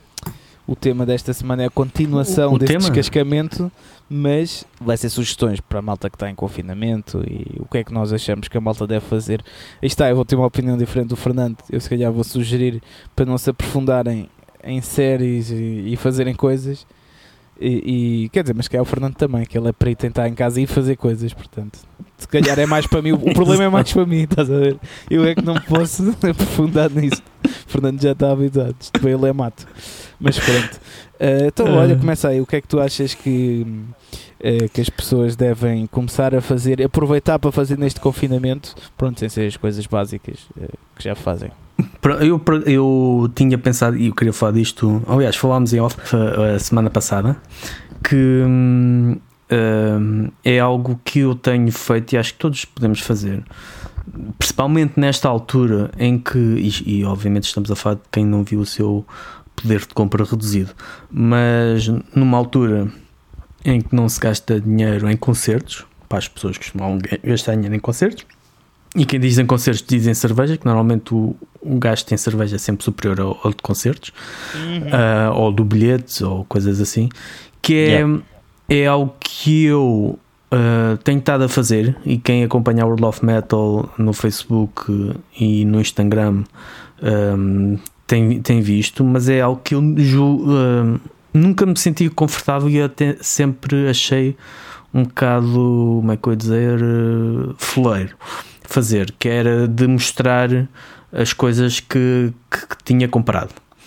o tema desta semana é a continuação o, o deste tema? descascamento, mas vai ser sugestões para a malta que está em confinamento e o que é que nós achamos que a malta deve fazer. Aí está, eu vou ter uma opinião diferente do Fernando, eu se calhar vou sugerir para não se aprofundarem em séries e, e fazerem coisas. E, e quer dizer, mas que é o Fernando também, que ele é perito em estar em casa e fazer coisas, portanto, se calhar é mais para mim, o problema é mais para mim, estás a ver? Eu é que não posso aprofundar nisso. O Fernando já está habituado, isto para ele é mato. Mas pronto. Uh, então, olha, começa aí, o que é que tu achas que, uh, que as pessoas devem começar a fazer, aproveitar para fazer neste confinamento, pronto, sem ser as coisas básicas uh, que já fazem? Eu, eu tinha pensado, e eu queria falar disto, aliás, falámos em off a semana passada, que hum, hum, é algo que eu tenho feito e acho que todos podemos fazer, principalmente nesta altura em que, e, e obviamente estamos a falar de quem não viu o seu poder de compra reduzido, mas numa altura em que não se gasta dinheiro em concertos, para as pessoas que costumam gastar dinheiro em concertos, e quem diz em concertos diz em cerveja, que normalmente o, o gasto em cerveja é sempre superior ao, ao de concertos, uhum. uh, ou do bilhete, ou coisas assim, que é, yeah. é algo que eu uh, tenho estado a fazer, e quem acompanha a World of Metal no Facebook e no Instagram um, tem, tem visto, mas é algo que eu uh, nunca me senti confortável e até sempre achei um bocado, como é que eu ia dizer, uh, foleiro fazer, que era de mostrar as coisas que, que, que tinha comprado.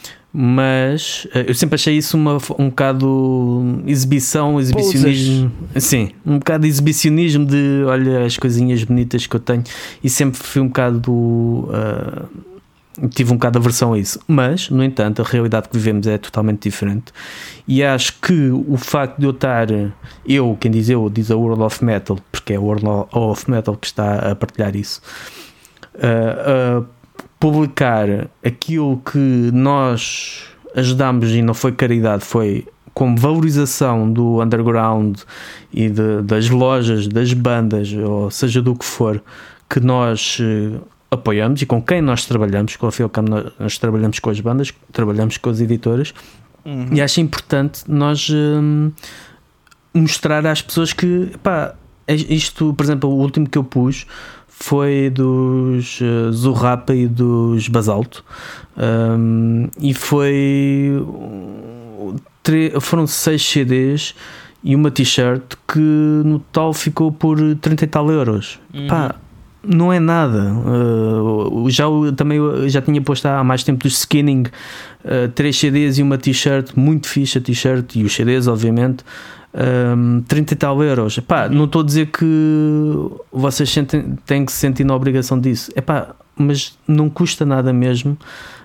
Mas eu sempre achei isso uma, um bocado exibição, exibicionismo. Sim, um bocado de exibicionismo de olha as coisinhas bonitas que eu tenho, e sempre fui um bocado uh, tive um bocado de aversão a isso. Mas, no entanto, a realidade que vivemos é totalmente diferente, e acho que o facto de eu estar, eu, quem diz eu, diz a World of Metal, porque é a World of Metal que está a partilhar isso, uh, uh, publicar aquilo que nós ajudámos, e não foi caridade, foi como valorização do underground e de, das lojas, das bandas, ou seja do que for, que nós uh, apoiamos e com quem nós trabalhamos, com a Filcam nós, nós trabalhamos com as bandas, trabalhamos com as editoras, uhum. e acho importante nós uh, mostrar às pessoas que, pá, isto, por exemplo, o último que eu pus foi dos uh, Zurrapa e dos Basalto, um, e foi tre- foram seis C Ds e uma t-shirt que no total ficou por trinta e tal euros. Uhum. Pá, não é nada. Uh, já, também já tinha posto há mais tempo dos Skinning, uh, três C Ds e uma t-shirt, muito fixe a t-shirt, e os C Ds obviamente, um, trinta e tal euros. Epá, não estou a dizer que vocês sentem, têm que se sentir na obrigação disso, epá, mas não custa nada mesmo,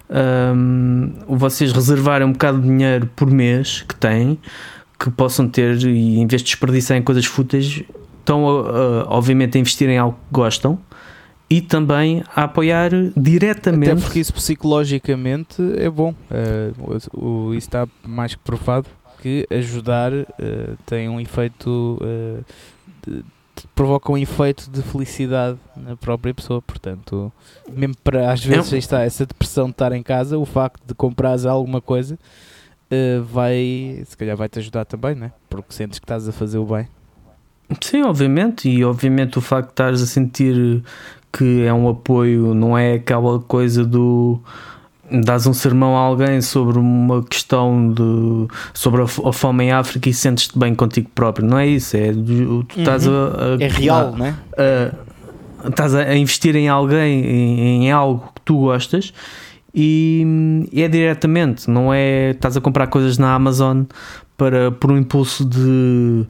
um, vocês reservarem um bocado de dinheiro por mês que têm, que possam ter, e em vez de desperdiçar em coisas fúteis, estão uh, obviamente a investir em algo que gostam, e também a apoiar diretamente. Até porque isso psicologicamente é bom, uh, o, o, isso está mais que provado que ajudar uh, tem um efeito uh, de, de, provoca um efeito de felicidade na própria pessoa, portanto mesmo para às vezes é. está essa depressão de estar em casa, o facto de comprares alguma coisa uh, vai, se calhar vai-te ajudar também, né? Porque sentes que estás a fazer o bem. Sim, obviamente, e obviamente o facto de estares a sentir que é um apoio, não é aquela coisa do dás um sermão a alguém sobre uma questão de, sobre a, a fome em África e sentes-te bem contigo próprio, não é isso, é tu estás uhum. a, a, é real, a, né? A, estás a investir em alguém, em, em algo que tu gostas, e, e é diretamente, não é estás a comprar coisas na Amazon para, por um impulso de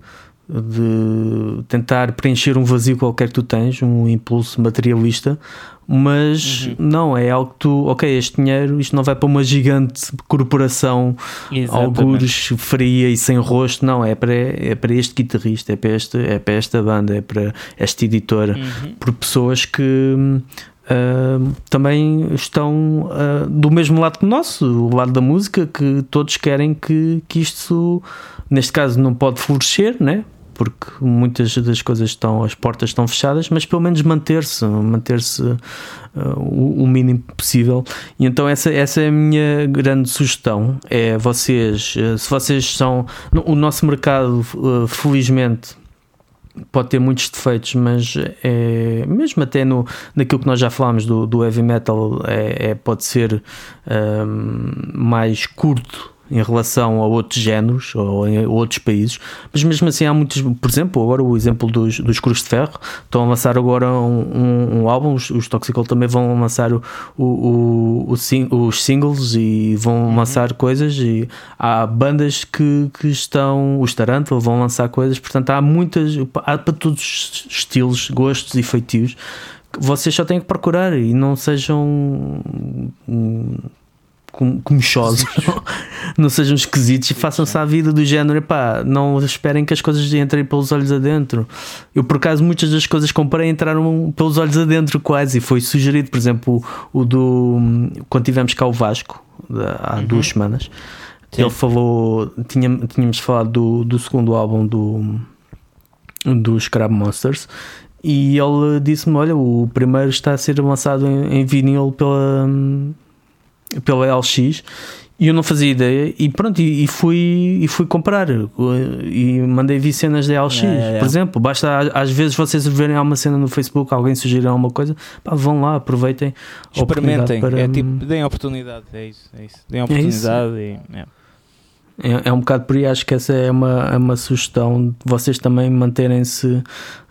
de tentar preencher um vazio qualquer que tu tens, um impulso materialista, mas uhum. não, é algo que tu, ok, este dinheiro, isto não vai para uma gigante corporação, algures fria e sem rosto, não, é para, é para este guitarrista, é para, este, é para esta banda, é para esta editora, uhum. por pessoas que uh, também estão uh, do mesmo lado que o nosso, o lado da música, que todos querem que, que isto, neste caso, não pode florescer, né? Porque muitas das coisas estão, as portas estão fechadas, mas pelo menos manter-se, manter-se uh, o, o mínimo possível. E então essa, essa é a minha grande sugestão, é vocês, uh, se vocês são, no, o nosso mercado, uh, felizmente, pode ter muitos defeitos, mas é, mesmo até no, naquilo que nós já falámos do, do heavy metal, é, é, pode ser um, mais curto em relação a outros géneros ou a outros países, mas mesmo assim há muitos, por exemplo, agora o exemplo dos, dos Cruz de Ferro, estão a lançar agora um, um, um álbum, os, os Toxical também vão lançar o, o, o, o sing, os singles e vão uhum. lançar coisas, e há bandas que, que estão, os Tarantula vão lançar coisas, portanto há muitas, há para todos os estilos, gostos e feitios, que vocês só têm que procurar e não sejam um, comichosos, não sejam esquisitos e façam-se à vida do género, epá, não esperem que as coisas entrem pelos olhos adentro. Eu por acaso muitas das coisas que comprei entraram pelos olhos adentro quase, e foi sugerido, por exemplo, o, o do quando tivemos cá o Vasco há uhum. duas semanas. Sim. Ele falou, tinha, tínhamos falado do, do segundo álbum do dos Crab Monsters, e ele disse-me, olha, o primeiro está a ser lançado em, em vinil pela pela L X, e eu não fazia ideia, e pronto, e, e, fui, e fui comprar e mandei vir cenas da L X, é, é, por é. exemplo. Basta às vezes vocês verem uma cena no Facebook, alguém sugerir alguma coisa, pá, vão lá, aproveitem, experimentem, para... é tipo, deem oportunidade, é isso, é isso. Deem oportunidade é isso. E, é. É, é um bocado por aí, acho que essa é uma, é uma sugestão de vocês também manterem-se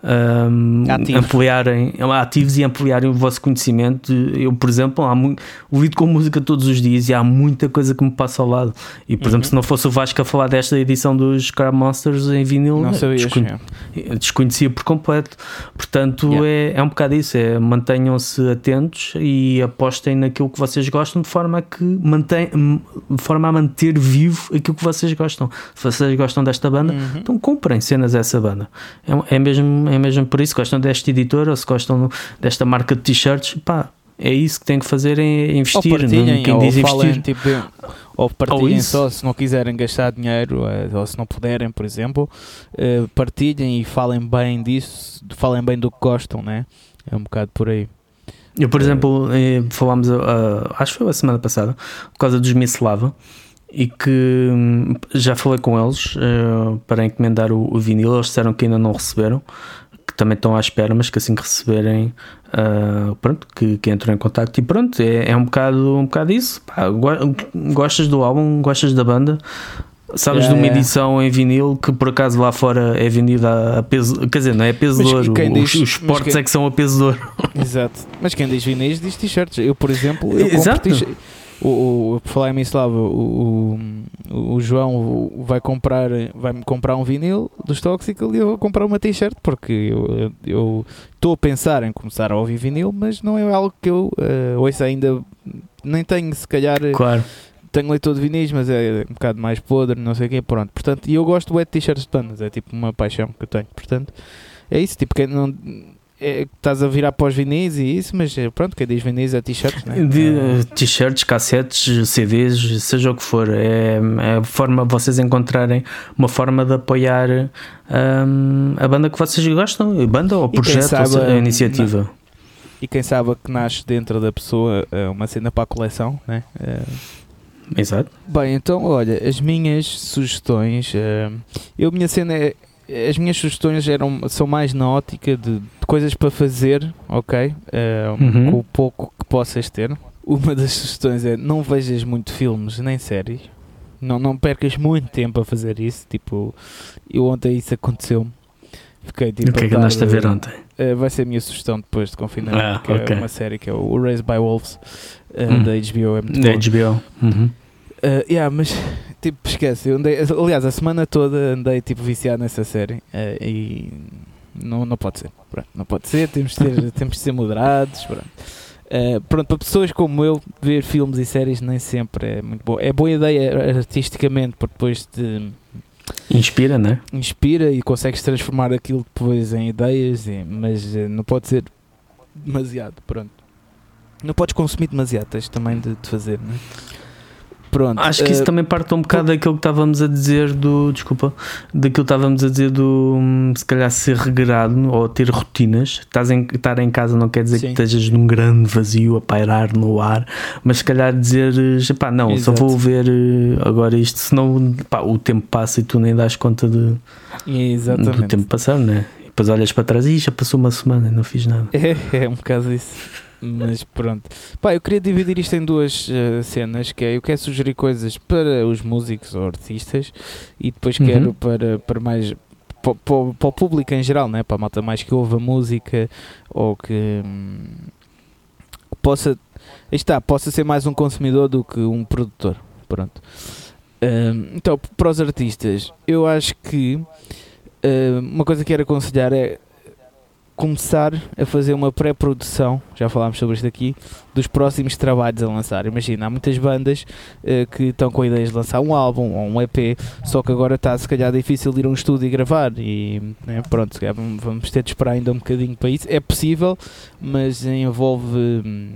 um, ampliarem, ativos e ampliarem o vosso conhecimento. Eu, por exemplo, há muito, lido com música todos os dias e há muita coisa que me passa ao lado. E, por uhum. exemplo, se não fosse o Vasco a falar desta edição dos Crab Monsters em vinil, não sabias, descon... é. desconhecia por completo. Portanto, yeah. é, é um bocado isso, é mantenham-se atentos e apostem naquilo que vocês gostam, de forma a que mantém, de forma a manter vivo aquilo que vocês gostam. Se vocês gostam desta banda, uhum. então comprem cenas dessa banda. É, é, mesmo, é mesmo por isso. Gostam desta editora, ou se gostam desta marca de t-shirts, pá, é isso que têm que fazer, é investir. Ou partilhem, quem ou diz falem, investir. Tipo, ou partilhem ou só, se não quiserem gastar dinheiro, ou se não puderem, por exemplo, partilhem e falem bem disso, falem bem do que gostam, né? É um bocado por aí. Eu, por exemplo, falámos, uh, acho que foi a semana passada, por causa dos Miss Lava, e que já falei com eles uh, para encomendar o, o vinil. Eles disseram que ainda não receberam, que também estão à espera, mas que assim que receberem, uh, pronto, que, que entram em contacto. E pronto, é, é um bocado um bocado isso. Pá, gostas do álbum, gostas da banda, sabes yeah, de uma yeah. edição em vinil que por acaso lá fora é vendida a peso, quer dizer, não é a peso de ouro, os, os portos quem, é que são a peso de ouro. Exato, mas quem diz vinis diz t-shirts. Eu, por exemplo, eu compro t-shirts. O, o, por falar em Mislava, o, o, o João vai comprar, vai-me comprar um vinil dos Toxical e eu vou comprar uma t-shirt, porque eu estou a pensar em começar a ouvir vinil, mas não é algo que eu uh, ouço ainda, nem tenho, se calhar, claro. Tenho leitor de vinis, mas é um bocado mais podre, não sei o quê, pronto. Portanto, e eu gosto de t-shirts de bandas, é tipo uma paixão que eu tenho, portanto, é isso, tipo, quem não... É, estás a virar para os vinis e isso, mas pronto, quem diz vinis é t-shirts, né? De, t-shirts, cassetes, C Ds, seja o que for, é, é a forma de vocês encontrarem uma forma de apoiar um, a banda que vocês gostam, a banda ou o projeto, sabe, ou a iniciativa. Não. E quem sabe que nasce dentro da pessoa uma cena para a coleção, né? Exato. Bem, então olha, as minhas sugestões, eu, a minha cena é, as minhas sugestões eram, são mais na ótica de, de coisas para fazer, ok? Uh, uhum. Com o pouco que possas ter. Uma das sugestões é não vejas muito filmes nem séries. Não, não percas muito tempo a fazer isso. Tipo, eu ontem isso aconteceu-me. Fiquei tipo. O que é que andaste a ver ontem? Uh, vai ser a minha sugestão depois de confinamento, ah, que okay. é uma série que é o Raised by Wolves, uh, hum. da H B O. É muito da H B O. Uhum. Uh, yeah, mas tipo, esquece, eu andei, aliás, a semana toda andei tipo viciado nessa série uh, e não, não pode ser, pronto, não pode ser, temos de, ter, temos de ser moderados, pronto. Uh, pronto, para pessoas como eu, ver filmes e séries nem sempre é muito bom. É boa ideia artisticamente, porque depois te inspira, né? Inspira e consegues transformar aquilo depois em ideias, e, mas uh, não pode ser demasiado, pronto. Não podes consumir demasiado, tens também de, de fazer, não é? Pronto, acho que isso uh, também parte um bocado daquilo que estávamos a dizer do, desculpa, daquilo que estávamos a dizer do, se calhar ser regrado ou ter rotinas. Estás em, estar em casa não quer dizer sim. que estejas num grande vazio a pairar no ar, mas se calhar dizer, pá, não, exato. Só vou ver agora isto, senão pá, o tempo passa e tu nem dás conta de, do tempo passar, né? E depois olhas para trás e já passou uma semana e não fiz nada. É, é um bocado isso. Mas pronto. Pá, eu queria dividir isto em duas uh, cenas, que é, eu quero sugerir coisas para os músicos ou artistas e depois Uhum. quero para, para mais... Para, para, para o público em geral, né? Para a malta mais que ouve a música ou que, hum, que possa... Aí está, possa ser mais um consumidor do que um produtor. Pronto. Um, então, para os artistas, eu acho que uh, uma coisa que quero aconselhar é começar a fazer uma pré-produção, já falámos sobre isto aqui, dos próximos trabalhos a lançar. Imagina, há muitas bandas uh, que estão com ideias de lançar um álbum ou um E P, só que agora está se calhar difícil ir a um estúdio e gravar e né, pronto, se calhar vamos ter de esperar ainda um bocadinho para isso. É possível, mas envolve hum,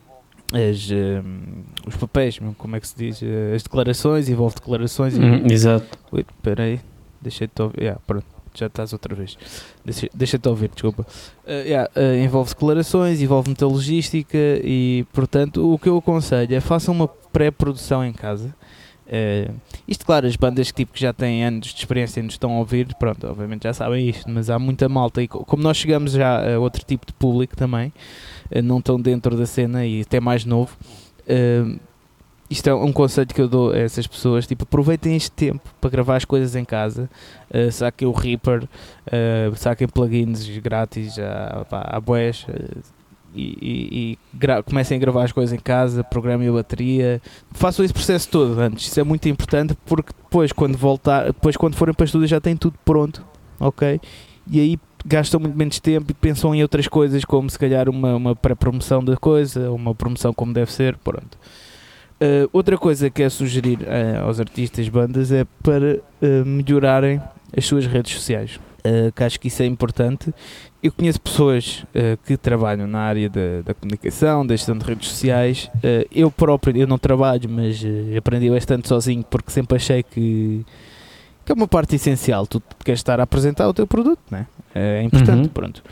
as, hum, os papéis, como é que se diz, as declarações, envolve declarações. Uhum, e... exato. Ui, espera aí, deixei-te ouvir, yeah, pronto. Já estás outra vez. Deixa, deixa-te ouvir, desculpa. Uh, yeah, uh, envolve declarações, envolve muita logística e, portanto, o que eu aconselho é façam uma pré-produção em casa. Uh, isto, claro, as bandas que, tipo, que já têm anos de experiência e nos estão a ouvir, pronto, obviamente já sabem isto, mas há muita malta e como nós chegamos já a outro tipo de público também, uh, não estão dentro da cena e até mais novo, uh, isto é um conselho que eu dou a essas pessoas, tipo, aproveitem este tempo para gravar as coisas em casa, uh, saquem o Reaper, uh, saquem plugins grátis, há, pá, há bués, uh, e, e, e gra- comecem a gravar as coisas em casa, programem a bateria, façam esse processo todo antes, isso é muito importante porque depois quando voltar, depois quando forem para o estúdio já têm tudo pronto, ok? E aí gastam muito menos tempo e pensam em outras coisas, como se calhar uma, uma pré-promoção da coisa, uma promoção como deve ser, pronto. Uh, outra coisa que é sugerir uh, aos artistas, bandas, é para uh, melhorarem as suas redes sociais, uh, que acho que isso é importante. Eu conheço pessoas uh, que trabalham na área da, da comunicação, da gestão de redes sociais. Uh, eu próprio, eu não trabalho, mas uh, aprendi bastante sozinho porque sempre achei que, que é uma parte essencial. Tu queres estar a apresentar o teu produto, né? É importante, Uhum. pronto.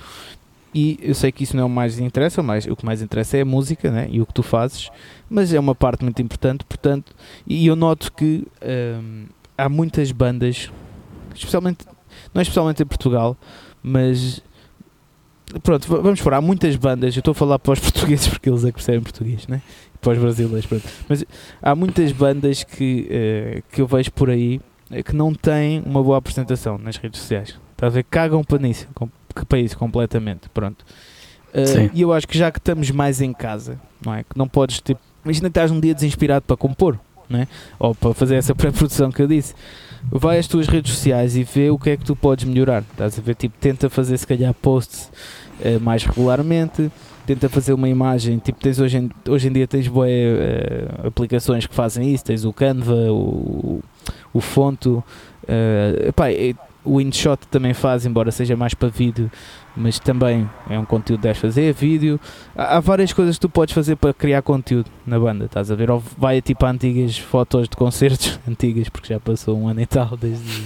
E eu sei que isso não é o mais interessa, mas o que mais interessa é a música, né? E o que tu fazes, mas é uma parte muito importante, portanto, e eu noto que hum, há muitas bandas, especialmente, não é especialmente em Portugal, mas pronto, vamos falar, há muitas bandas, eu estou a falar para os portugueses porque eles é que percebem português, né? E para os brasileiros, pronto. Mas há muitas bandas que, uh, que eu vejo por aí que não têm uma boa apresentação nas redes sociais, está a ver? Cagam para isso, que para isso completamente, pronto. Uh, e eu acho que já que estamos mais em casa, não é? Que não podes, tipo, imagina que estás um dia desinspirado para compor, não é? Ou para fazer essa pré-produção que eu disse, vai às tuas redes sociais e vê o que é que tu podes melhorar, estás a ver? Tipo, tenta fazer se calhar posts uh, mais regularmente, tenta fazer uma imagem, tipo, tens hoje em, hoje em dia tens boas uh, aplicações que fazem isso, tens o Canva, o, o Fonto, uh, epá, o InShot também faz, embora seja mais para vídeo, mas também é um conteúdo que deves fazer, vídeo. Há, há várias coisas que tu podes fazer para criar conteúdo na banda, estás a ver? Ou vai tipo a antigas fotos de concertos, antigas porque já passou um ano e tal, desde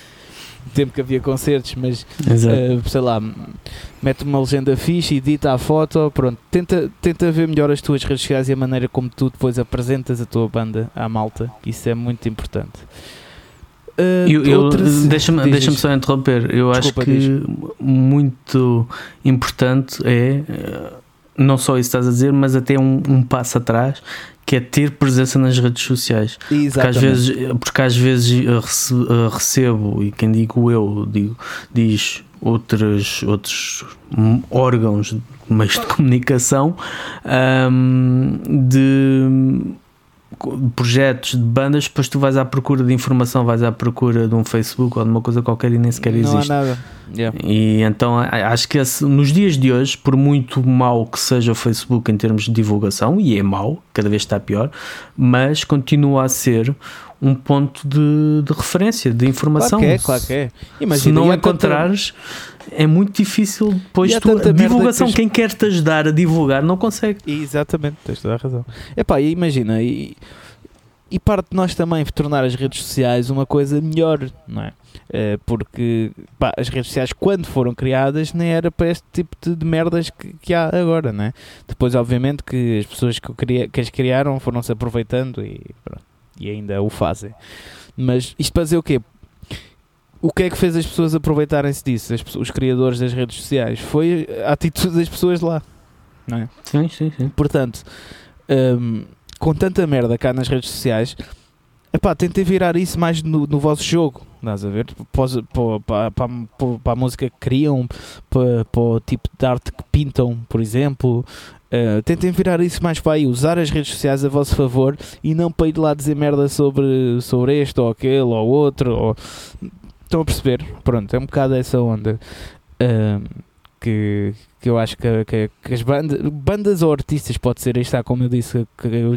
o tempo que havia concertos, mas uh, sei lá, mete uma legenda fixe, edita a foto, pronto, tenta, tenta ver melhor as tuas redes sociais e a maneira como tu depois apresentas a tua banda à malta, isso é muito importante. Uh, eu, eu, deixa-me, deixa-me só interromper. Eu Desculpa, acho que diz. muito importante é não só isso que estás a dizer, mas até um, um passo atrás, que é ter presença nas redes sociais. Porque às vezes, porque às vezes recebo, e quem digo eu digo, diz outros, outros órgãos, meios de comunicação, um, de projetos de bandas, depois tu vais à procura de informação, vais à procura de um Facebook ou de uma coisa qualquer e nem sequer existe. Não há nada. Yeah. E então acho que esse, nos dias de hoje, por muito mau que seja o Facebook em termos de divulgação, e é mau, cada vez está pior, mas continua a ser um ponto de, de referência, de informação. Claro que é, claro que é. Imagina, se não encontrares, tanta... é muito difícil depois tu, a divulgação, que tens... quem quer te ajudar a divulgar não consegue. Exatamente, tens toda a razão. Epá, e imagina, e, e parte de nós também tornar as redes sociais uma coisa melhor, não é? É porque pá, as redes sociais, quando foram criadas, nem era para este tipo de, de merdas que, que há agora, não é? Depois, obviamente, que as pessoas que, cria, que as criaram foram-se aproveitando e pronto. E ainda o fazem. Mas isto para dizer o quê? O que é que fez as pessoas aproveitarem-se disso? As, os criadores das redes sociais? Foi a atitude das pessoas lá. não é? Sim, sim, sim. Portanto, um, com tanta merda cá nas redes sociais, epá, tentem virar isso mais no, no vosso jogo, estás a ver? Para, para, para, para a música que criam, para, para o tipo de arte que pintam, por exemplo. Uh, tentem virar isso mais para aí, usar as redes sociais a vosso favor e não para ir lá dizer merda sobre, sobre este ou aquele ou outro. Ou... Estão a perceber? Pronto, é um bocado essa onda uh, que, que eu acho que, que, que as bandas, bandas ou artistas, pode ser, aí está, como eu disse, que eu,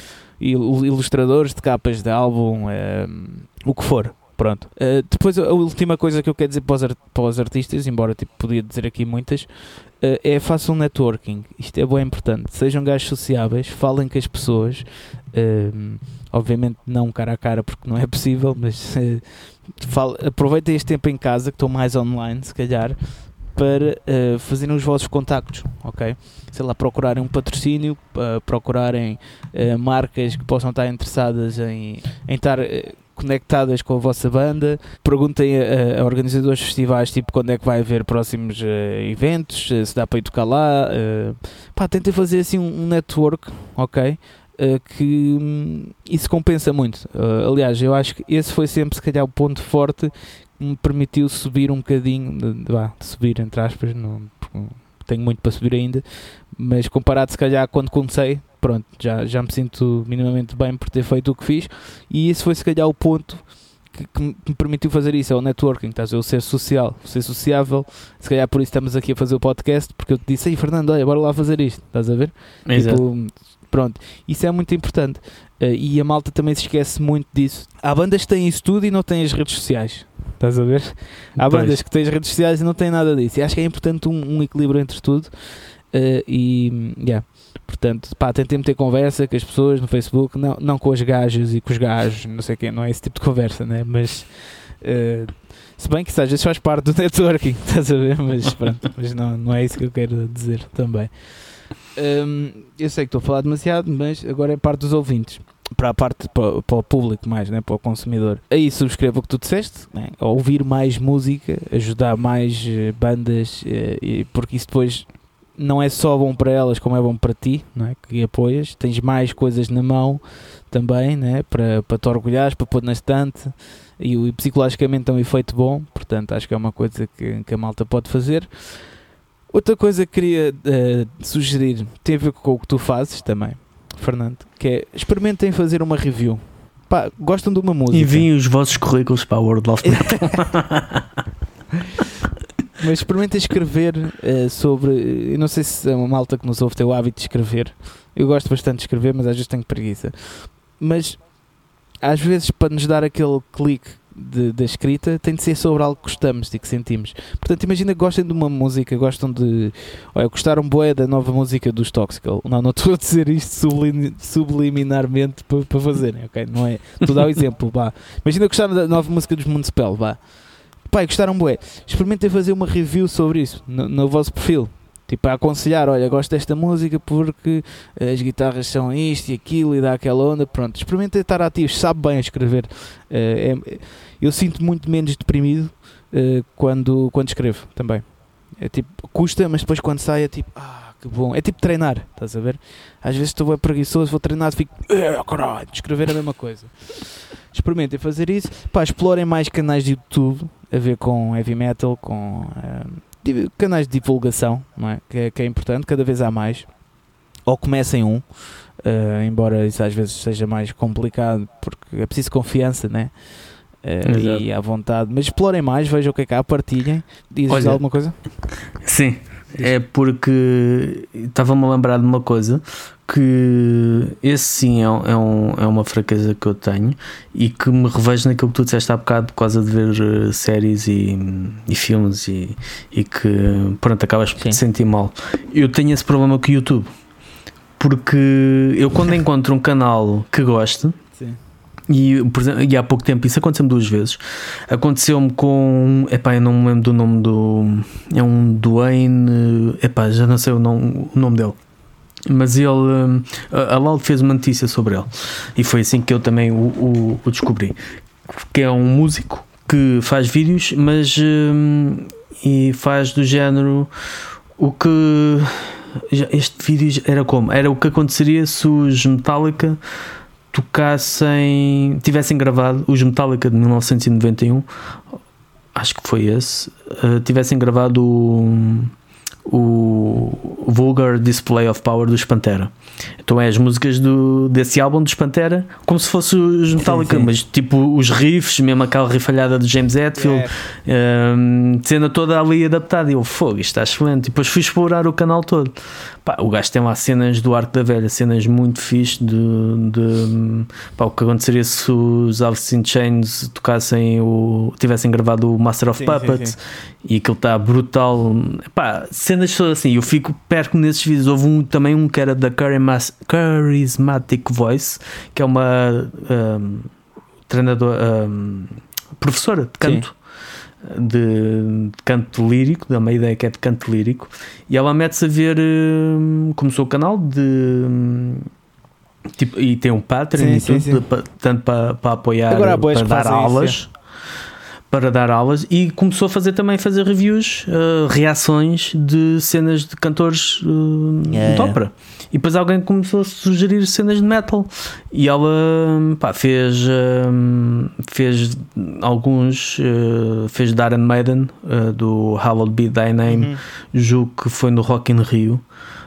ilustradores de capas de álbum, uh, o que for. Pronto. Uh, depois a última coisa que eu quero dizer para os, art- para os artistas, embora tipo, podia dizer aqui muitas, uh, é façam networking. Isto é bem importante. Sejam gajos sociáveis, falem com as pessoas, uh, obviamente não cara a cara porque não é possível, mas uh, fale, aproveitem este tempo em casa, que estão mais online se calhar, para uh, fazerem os vossos contactos, ok? Sei lá, procurarem um patrocínio, uh, procurarem uh, marcas que possam estar interessadas em, em estar... Uh, conectadas com a vossa banda, perguntem a, a organizadores de festivais tipo quando é que vai haver próximos uh, eventos, uh, se dá para ir tocar lá, uh, pá, tentem fazer assim um, um network, ok? Uh, que um, isso compensa muito. Uh, aliás, eu acho que esse foi sempre se calhar o ponto forte que me permitiu subir um bocadinho, de, de, de, de subir entre aspas, não, tenho muito para subir ainda, mas comparado se calhar quando comecei, pronto, já, já me sinto minimamente bem por ter feito o que fiz, e esse foi se calhar o ponto que, que me permitiu fazer isso, é o networking, estás a ver, o ser social, o ser sociável, se calhar por isso estamos aqui a fazer o podcast, porque eu te disse, ei Fernando, olha, bora lá fazer isto, estás a ver? Exato. Tipo, pronto, isso é muito importante, uh, e a malta também se esquece muito disso. Há bandas que têm isso tudo e não têm as redes sociais, estás a ver? Há Pois. bandas que têm as redes sociais e não têm nada disso, e acho que é importante um, um equilíbrio entre tudo, uh, e, yeah. Portanto, pá, tentem ter conversa com as pessoas no Facebook, não, não com as gajas e com os gajos, não sei quem, não é esse tipo de conversa, né? Mas uh, se bem que isso às vezes faz parte do networking, estás a ver? Mas pronto, mas não, não é isso que eu quero dizer também. Um, eu sei que estou a falar demasiado, mas agora é parte dos ouvintes, para a parte, para, para o público mais, né? Para o consumidor. Aí subscreva o que tu disseste, né? Ouvir mais música, ajudar mais uh, bandas, uh, e, porque isso depois não é só bom para elas, como é bom para ti, não é? Que apoias, tens mais coisas na mão também, né? para, para te orgulhares, para pôr na estante, e, e psicologicamente tem um efeito bom, portanto acho que é uma coisa que, que a malta pode fazer. Outra coisa que queria uh, sugerir tem a ver com o que tu fazes também, Fernando, que é experimentem fazer uma review. Pá, gostam de uma música, enviem os vossos currículos para a World of Metal. mas experimentem escrever uh, sobre, eu não sei se é uma malta que nos ouve tem o hábito de escrever, eu gosto bastante de escrever, mas às vezes tenho preguiça, mas às vezes para nos dar aquele clique da escrita tem de ser sobre algo que gostamos e que sentimos. Portanto, imagina que gostem de uma música, gostam de, olha, gostaram bué da nova música dos Toxical, não, não estou a dizer isto sublim, subliminarmente para, para fazerem, ok? Não é, estou a dar o exemplo, vá. Imagina que gostaram da nova música dos Municipal, vá. Pai, gostaram bué, experimentem fazer uma review sobre isso no, no vosso perfil, tipo a aconselhar, olha, gosto desta música porque as guitarras são isto e aquilo e dá aquela onda, pronto, experimentem estar ativos, sabe bem a escrever. Uh, é, eu sinto muito menos deprimido uh, quando, quando escrevo também, é tipo, custa, mas depois quando sai é tipo, ah, que bom, é tipo treinar, estás a ver? Às vezes estou bem preguiçoso, vou treinar e fico, ah, caralho, escrever a mesma coisa. Experimentem fazer isso, pá, explorem mais canais de YouTube a ver com heavy metal, com uh, canais de divulgação, não é? Que, é, que é importante, cada vez há mais, ou comecem um, uh, embora isso às vezes seja mais complicado, porque é preciso confiança, né? Uh, e à vontade, mas explorem mais, vejam o que é que há, partilhem. Dizes alguma coisa? Sim, é porque estava-me a lembrar de uma coisa, que esse sim é, é, um, é uma fraqueza que eu tenho e que me revejo naquilo que tu disseste há bocado por causa de ver uh, séries e, e filmes e, e que pronto, acabas por te sentir mal. Eu tenho esse problema com o YouTube, porque eu quando encontro um canal que gosto, sim. E, por exemplo, e há pouco tempo isso aconteceu-me duas vezes. Aconteceu-me com, epá, eu não me lembro do nome do, é um Dwayne, epá, já não sei o nome, o nome dele, mas ele, a Lau fez uma notícia sobre ele e foi assim que eu também o, o, o descobri, que é um músico que faz vídeos, mas um, e faz do género o que já, este vídeo era como? Era o que aconteceria se os Metallica tocassem, tivessem gravado, os Metallica de mil novecentos e noventa e um, acho que foi esse, uh, tivessem gravado o, o Vulgar Display of Power dos Pantera. Então é as músicas do, desse álbum dos Pantera, como se fosse os Metallica, sim, sim. Mas tipo os riffs, mesmo aquela rifalhada de James Hetfield, yeah. um, cena toda ali adaptada. E eu, fogo, isto está excelente. E depois fui explorar o canal todo. Pá, o gajo tem lá cenas do Arco da Velha, cenas muito fixe de, de pá, o que aconteceria se os Alice in Chains tocassem o, tivessem gravado o Master of sim, Puppets, sim, sim. E aquilo está brutal. Pá, cenas todas assim, eu fico perto nesses vídeos. Houve um, também um que era da Charismatic Voice, que é uma um, treinadora, um, professora de canto. De, de canto lírico, dá uma ideia que é de canto lírico, e ela mete-se a ver, um, começou o canal de um, tipo, e tem um Patreon sim, e tudo, sim, sim. De, tanto para, para apoiar, agora, para dar aulas isso, é. Para dar aulas, e começou a fazer também fazer reviews, uh, reações de cenas de cantores uh, yeah. de ópera. E depois alguém começou a sugerir cenas de metal, e ela pá, fez um, fez alguns uh, fez de Iron Maiden, uh, do Hallowed Be Thy Name, uhum. Julgo que foi no Rock in Rio,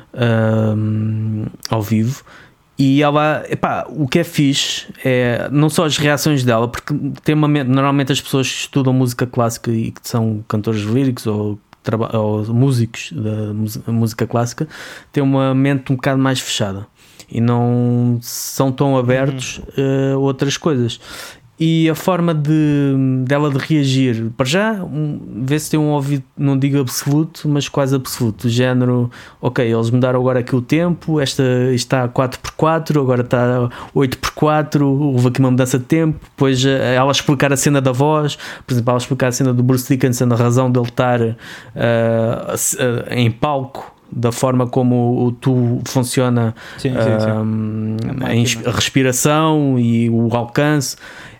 um, ao vivo. E ela, epá, o que é fixe é não só as reações dela, porque tem uma, normalmente as pessoas que estudam música clássica e que são cantores líricos ou, ou músicos da música clássica têm uma mente um bocado mais fechada e não são tão abertos a uhum. uh, outras coisas. E a forma de, dela de reagir, para já, um, vê se tem um ouvido, não digo absoluto, mas quase absoluto, do género, ok, eles mudaram agora aqui o tempo, esta está quatro por quatro, agora está oito por quatro, houve aqui uma mudança de tempo, depois ela explicar a cena da voz, por exemplo, ela explicar a cena do Bruce Dickinson, a razão dele estar uh, uh, em palco, da forma como o tu funciona, sim, sim, um, sim. A, a respiração e o alcance.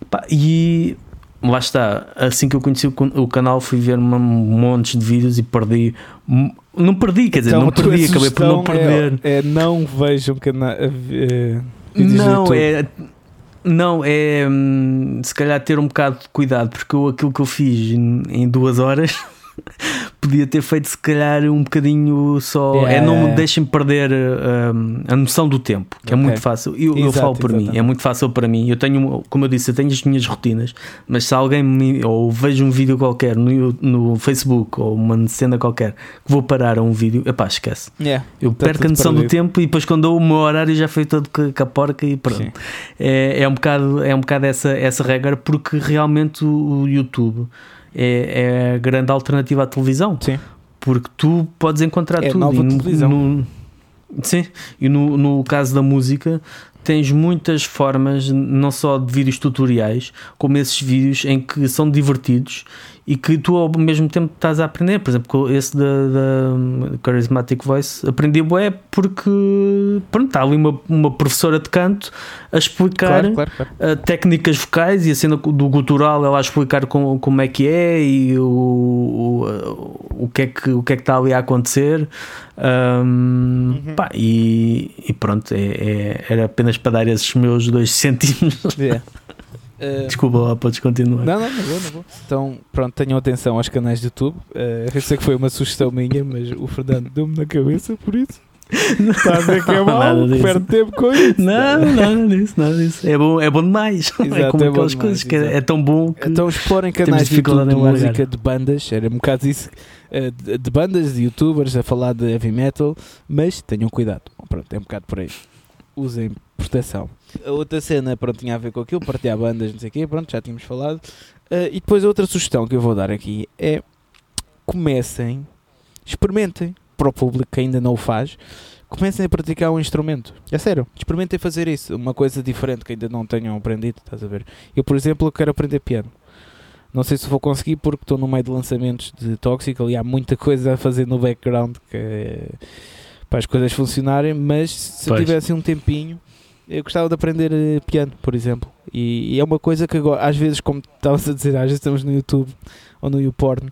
E lá está, assim que eu conheci o canal fui ver um monte de vídeos e perdi, não perdi, quer dizer, então, não perdi, acabei por não perder. É, é não vejam canal, é, não é, não é, se calhar ter um bocado de cuidado, porque eu, aquilo que eu fiz em, em duas horas podia ter feito se calhar um bocadinho só, yeah. É não me deixem perder um, a noção do tempo, que okay. É muito fácil, eu, Exato, eu falo por exatamente. mim, é muito fácil para mim, eu tenho, como eu disse, eu tenho as minhas rotinas, mas se alguém me, ou vejo um vídeo qualquer no, no Facebook ou uma cena qualquer que vou parar a um vídeo, epá, esquece, yeah. Eu tá perco a noção do tempo e depois quando dou o meu horário já foi todo com a porca e pronto. é, é um bocado, é um bocado essa, essa regra, porque realmente o, o YouTube É, é a grande alternativa à televisão. Sim. Porque tu podes encontrar é tudo. Nova e televisão. No, sim, e no, no caso da música tens muitas formas, não só de vídeos tutoriais, como esses vídeos em que são divertidos e que tu ao mesmo tempo estás a aprender. Por exemplo, esse da, da Charismatic Voice aprendi bué porque pronto, está ali uma, uma professora de canto a explicar claro, claro, claro. Uh, técnicas vocais e a cena do gutural, ela a explicar com, como é que é e o, o, o, que é que, o que é que está ali a acontecer. Um, uhum. Pá, e, e pronto, é, é, era apenas para dar esses meus dois centímetros. Yeah. Uh, Desculpa lá, podes continuar. Não, não, não vou, não vou. Então, pronto, tenham atenção aos canais de YouTube. Uh, eu sei que foi uma sugestão minha, mas o Fernando deu-me na cabeça por isso. Está a ver que é mau, perde tempo com isso. Não, nada disso, nada disso. É bom, é bom demais. Exato, é como é aquelas coisas que é, é tão bom que. Então explorem canais de YouTube de música, de bandas, era um bocado isso, uh, de bandas, de youtubers a falar de heavy metal, mas tenham cuidado. Pronto, é um bocado por aí. Usem proteção. A outra cena, pronto, tinha a ver com aquilo, partilhar bandas, não sei o quê, pronto, já tínhamos falado. Uh, e depois a outra sugestão que eu vou dar aqui é: comecem, experimentem, para o público que ainda não o faz, comecem a praticar um instrumento. É sério, experimentem fazer isso, uma coisa diferente que ainda não tenham aprendido, estás a ver? Eu, por exemplo, quero aprender piano. Não sei se vou conseguir porque estou no meio de lançamentos de Tóxico, ali há muita coisa a fazer no background que é para as coisas funcionarem, mas se pois. eu tivesse um tempinho, eu gostava de aprender piano, por exemplo. E, e é uma coisa que agora, às vezes, como estavas a dizer, às vezes estamos no YouTube ou no YouPorn,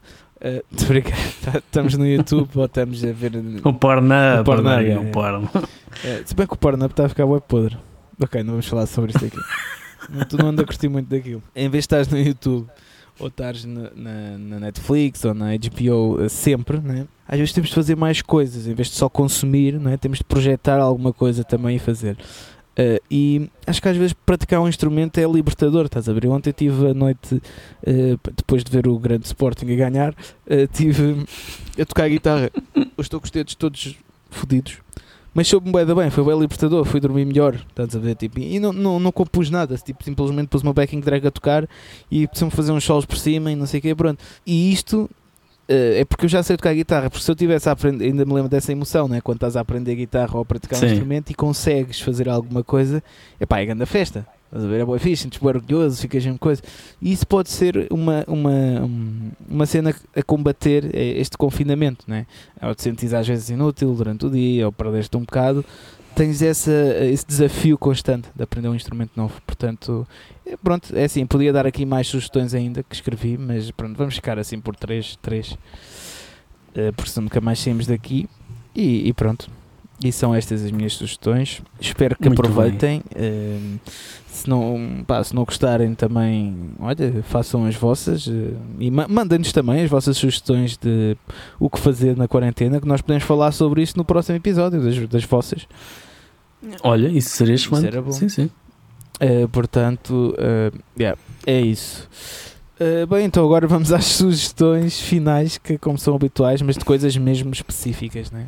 Uh, estamos no YouTube ou estamos a ver o Pornhub, o Pornhub, é, é. o Pornhub. É, se bem que o Pornhub está a ficar web podre. Ok, não vamos falar sobre isto aqui. não, tu não anda a curtir muito daquilo. Em vez de estás no YouTube ou estás na, na, na Netflix ou na H B O uh, sempre, né? Às vezes temos de fazer mais coisas, em vez de só consumir, né? Temos de projetar alguma coisa também e fazer. Uh, e acho que às vezes praticar um instrumento é libertador, estás a ver? Ontem tive a noite, uh, depois de ver o grande Sporting a ganhar, uh, tive a tocar a guitarra. Eu estou com os dedos todos fodidos, mas soube-me bem, bem, foi bem libertador, fui dormir melhor, estás a ver? Tipo, e não, não, não compus nada, tipo, simplesmente pus o meu backing track a tocar e preciso fazer uns solos por cima e não sei o que, pronto. E isto Uh, é porque eu já sei tocar guitarra, porque se eu tivesse a aprender, ainda me lembro dessa emoção, né? Quando estás a aprender guitarra ou a praticar Sim. um instrumento e consegues fazer alguma coisa, epá, é grande festa, estás a ver? É boa fixe, sentes bem orgulhoso, ficas mesmo coisa. E isso pode ser uma, uma, uma cena a combater este confinamento, né? Ou te sentes às vezes inútil durante o dia, ou perdeste um bocado, tens essa, esse desafio constante de aprender um instrumento novo, portanto, é, pronto, é assim, podia dar aqui mais sugestões ainda que escrevi, mas pronto, vamos ficar assim por três, três, uh, porque senão nunca mais saímos daqui, e, e pronto, e são estas as minhas sugestões, espero que Muito aproveitem, uh, se, não, pá, se não gostarem também, olha, façam as vossas, uh, e ma- mandem-nos também as vossas sugestões de o que fazer na quarentena, que nós podemos falar sobre isso no próximo episódio, das, das vossas. Olha, isso seria excelente. era bom. Sim, sim. Uh, portanto, uh, yeah, é isso. Uh, bem, então agora vamos às sugestões finais, que como são habituais, mas de coisas mesmo específicas, né?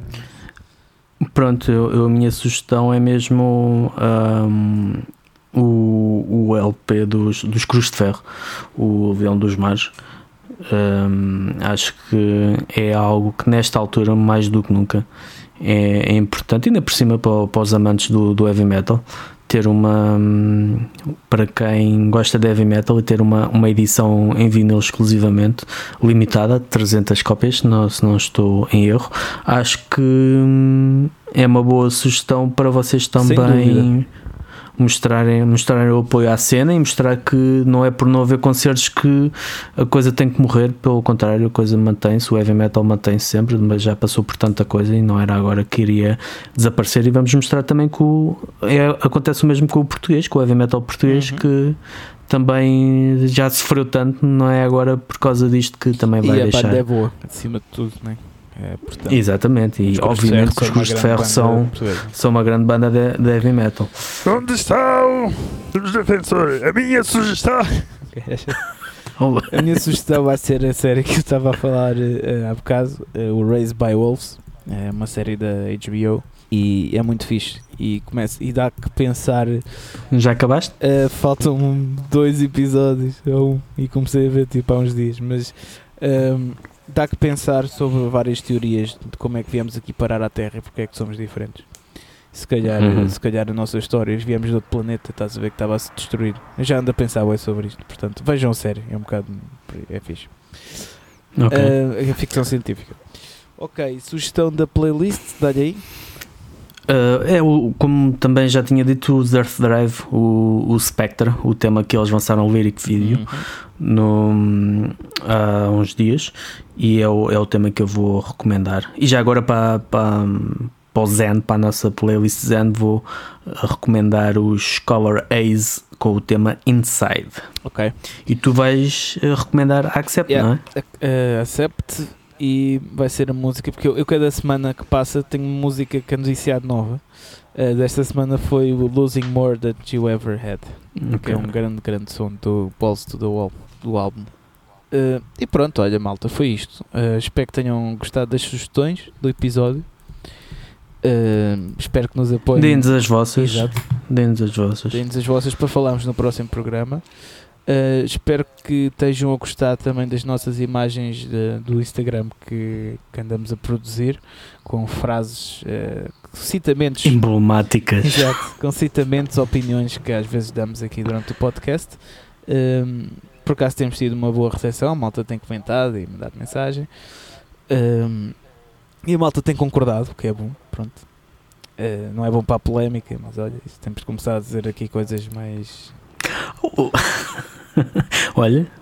Uh. Pronto, eu, eu, a minha sugestão é mesmo um, o, o L P dos, dos Cruz de Ferro, o Leão dos Mares. Um, acho que é algo que nesta altura, mais do que nunca, é, é importante, ainda por cima para, para os amantes do, do heavy metal, ter uma, para quem gosta de heavy metal, e ter uma, uma edição em vinil exclusivamente limitada, de trezentas cópias, se não, se não estou em erro. Acho que é uma boa sugestão para vocês também mostrarem, mostrarem o apoio à cena e mostrar que não é por não haver concertos que a coisa tem que morrer, pelo contrário, a coisa mantém-se, o heavy metal mantém-se sempre, mas já passou por tanta coisa e não era agora que iria desaparecer. E vamos mostrar também que o, é, acontece o mesmo com o português, com o heavy metal português, uhum. que também já sofreu tanto, não é agora por causa disto que também vai e deixar. E a banda é boa, acima de tudo, não é? É, portanto, exatamente, e obviamente que os Cruz de Ferro são, são uma grande banda de, de heavy metal. Onde estão os defensores? A minha sugestão. A minha sugestão vai ser a série que eu estava a falar uh, há bocado, uh, o Raised by Wolves, é uma série da H B O e é muito fixe e, começa, e dá que pensar. Já acabaste? Uh, faltam dois episódios ou um, e comecei a ver tipo há uns dias, mas um, dá que pensar sobre várias teorias de como é que viemos aqui parar à Terra e porque é que somos diferentes. Se calhar, uhum. se calhar a nossa história, viemos de outro planeta, estás a ver que estava a se destruir. Eu já ando a pensar bem sobre isto, portanto, vejam a série, é um bocado, é fixe. Okay. Uh, é ficção científica. Ok, sugestão da playlist, dá-lhe aí. Uh, é o, como também já tinha dito, o Earth Drive, o, o Spectre, o tema que eles lançaram o lyric video uhum. no, há uns dias, e é o, é o tema que eu vou recomendar. E já agora para, para, para o Zen, para a nossa playlist Zen, vou recomendar os Color Haze com o tema Inside. Ok. E tu vais recomendar Accept, yeah. não é? Uh, accept. E vai ser a música, porque eu, eu cada semana que passa tenho música canoniciada nova. Uh, desta semana foi o Losing More Than You Ever Had, okay. que é um grande, grande som do Balls to the Wall, do álbum. Uh, e pronto, olha malta, foi isto. Uh, espero que tenham gostado das sugestões do episódio. Uh, espero que nos apoiem. Deem-nos as vossas. Exato. Deem-nos as vossas. Deem-nos as vossas para falarmos no próximo programa. Uh, espero que estejam a gostar também das nossas imagens uh, do Instagram que, que andamos a produzir, com frases, uh, citamentos emblemáticas, exato, com citamentos, opiniões que às vezes damos aqui durante o podcast. Um, por acaso temos tido uma boa recepção, a malta tem comentado e mandado mensagem, um, e a malta tem concordado, o que é bom, pronto. Uh, não é bom para a polémica, mas olha, temos de começar a dizer aqui coisas mais... Olha,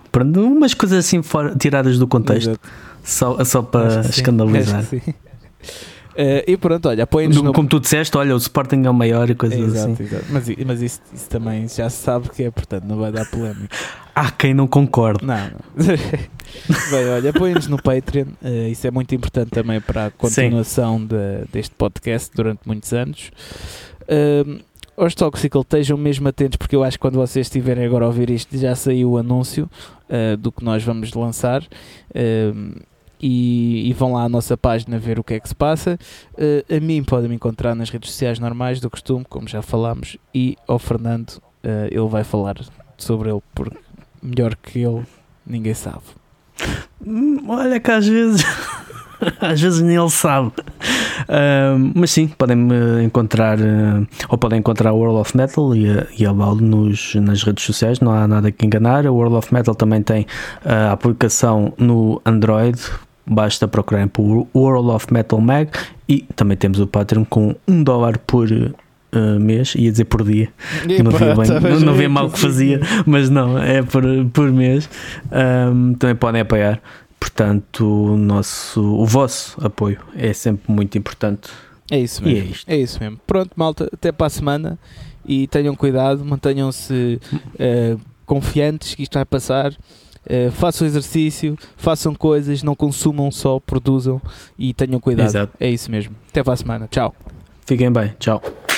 Pronto, umas coisas assim fora, tiradas do contexto, só, só para escandalizar. Uh, e pronto, olha, apoiem-nos no... Como tu disseste, olha, o Sporting é o maior e coisas exato, assim. Exato. Mas, mas isso, isso também já se sabe que é, portanto, não vai dar polémica. Há quem não concorde. Não, não. Bem, olha, apoiem-nos no Patreon, uh, isso é muito importante também para a continuação de, deste podcast durante muitos anos. Uh, aos Toxical, estejam mesmo atentos, porque eu acho que quando vocês estiverem agora a ouvir isto, já saiu o anúncio uh, do que nós vamos lançar. Uh, E, e vão lá à nossa página ver o que é que se passa. Uh, a mim podem me encontrar nas redes sociais normais do costume, como já falámos, e ao Fernando, uh, ele vai falar sobre ele, porque melhor que ele ninguém sabe. Olha que às vezes às vezes nem ele sabe, uh, mas sim, podem me encontrar uh, ou podem encontrar o World of Metal e a, e a Baldo nos, nas redes sociais, não há nada que enganar. O World of Metal também tem uh, a aplicação no Android, basta procurarem por World of Metal Mag, e também temos o Patreon com um dólar por uh, mês, ia dizer por dia, e não via, bem, não, não via mal o que fazia, mas não, é por, por mês. Um, também podem apoiar, portanto o, nosso, o vosso apoio é sempre muito importante. É isso mesmo, e é, isto. é isso mesmo. Pronto, malta, até para a semana e tenham cuidado, mantenham-se uh, confiantes que isto vai passar. Uh, façam exercício, façam coisas, não consumam só, produzam e tenham cuidado. Exato. É isso mesmo. Até para a semana. Tchau. Fiquem bem. Tchau.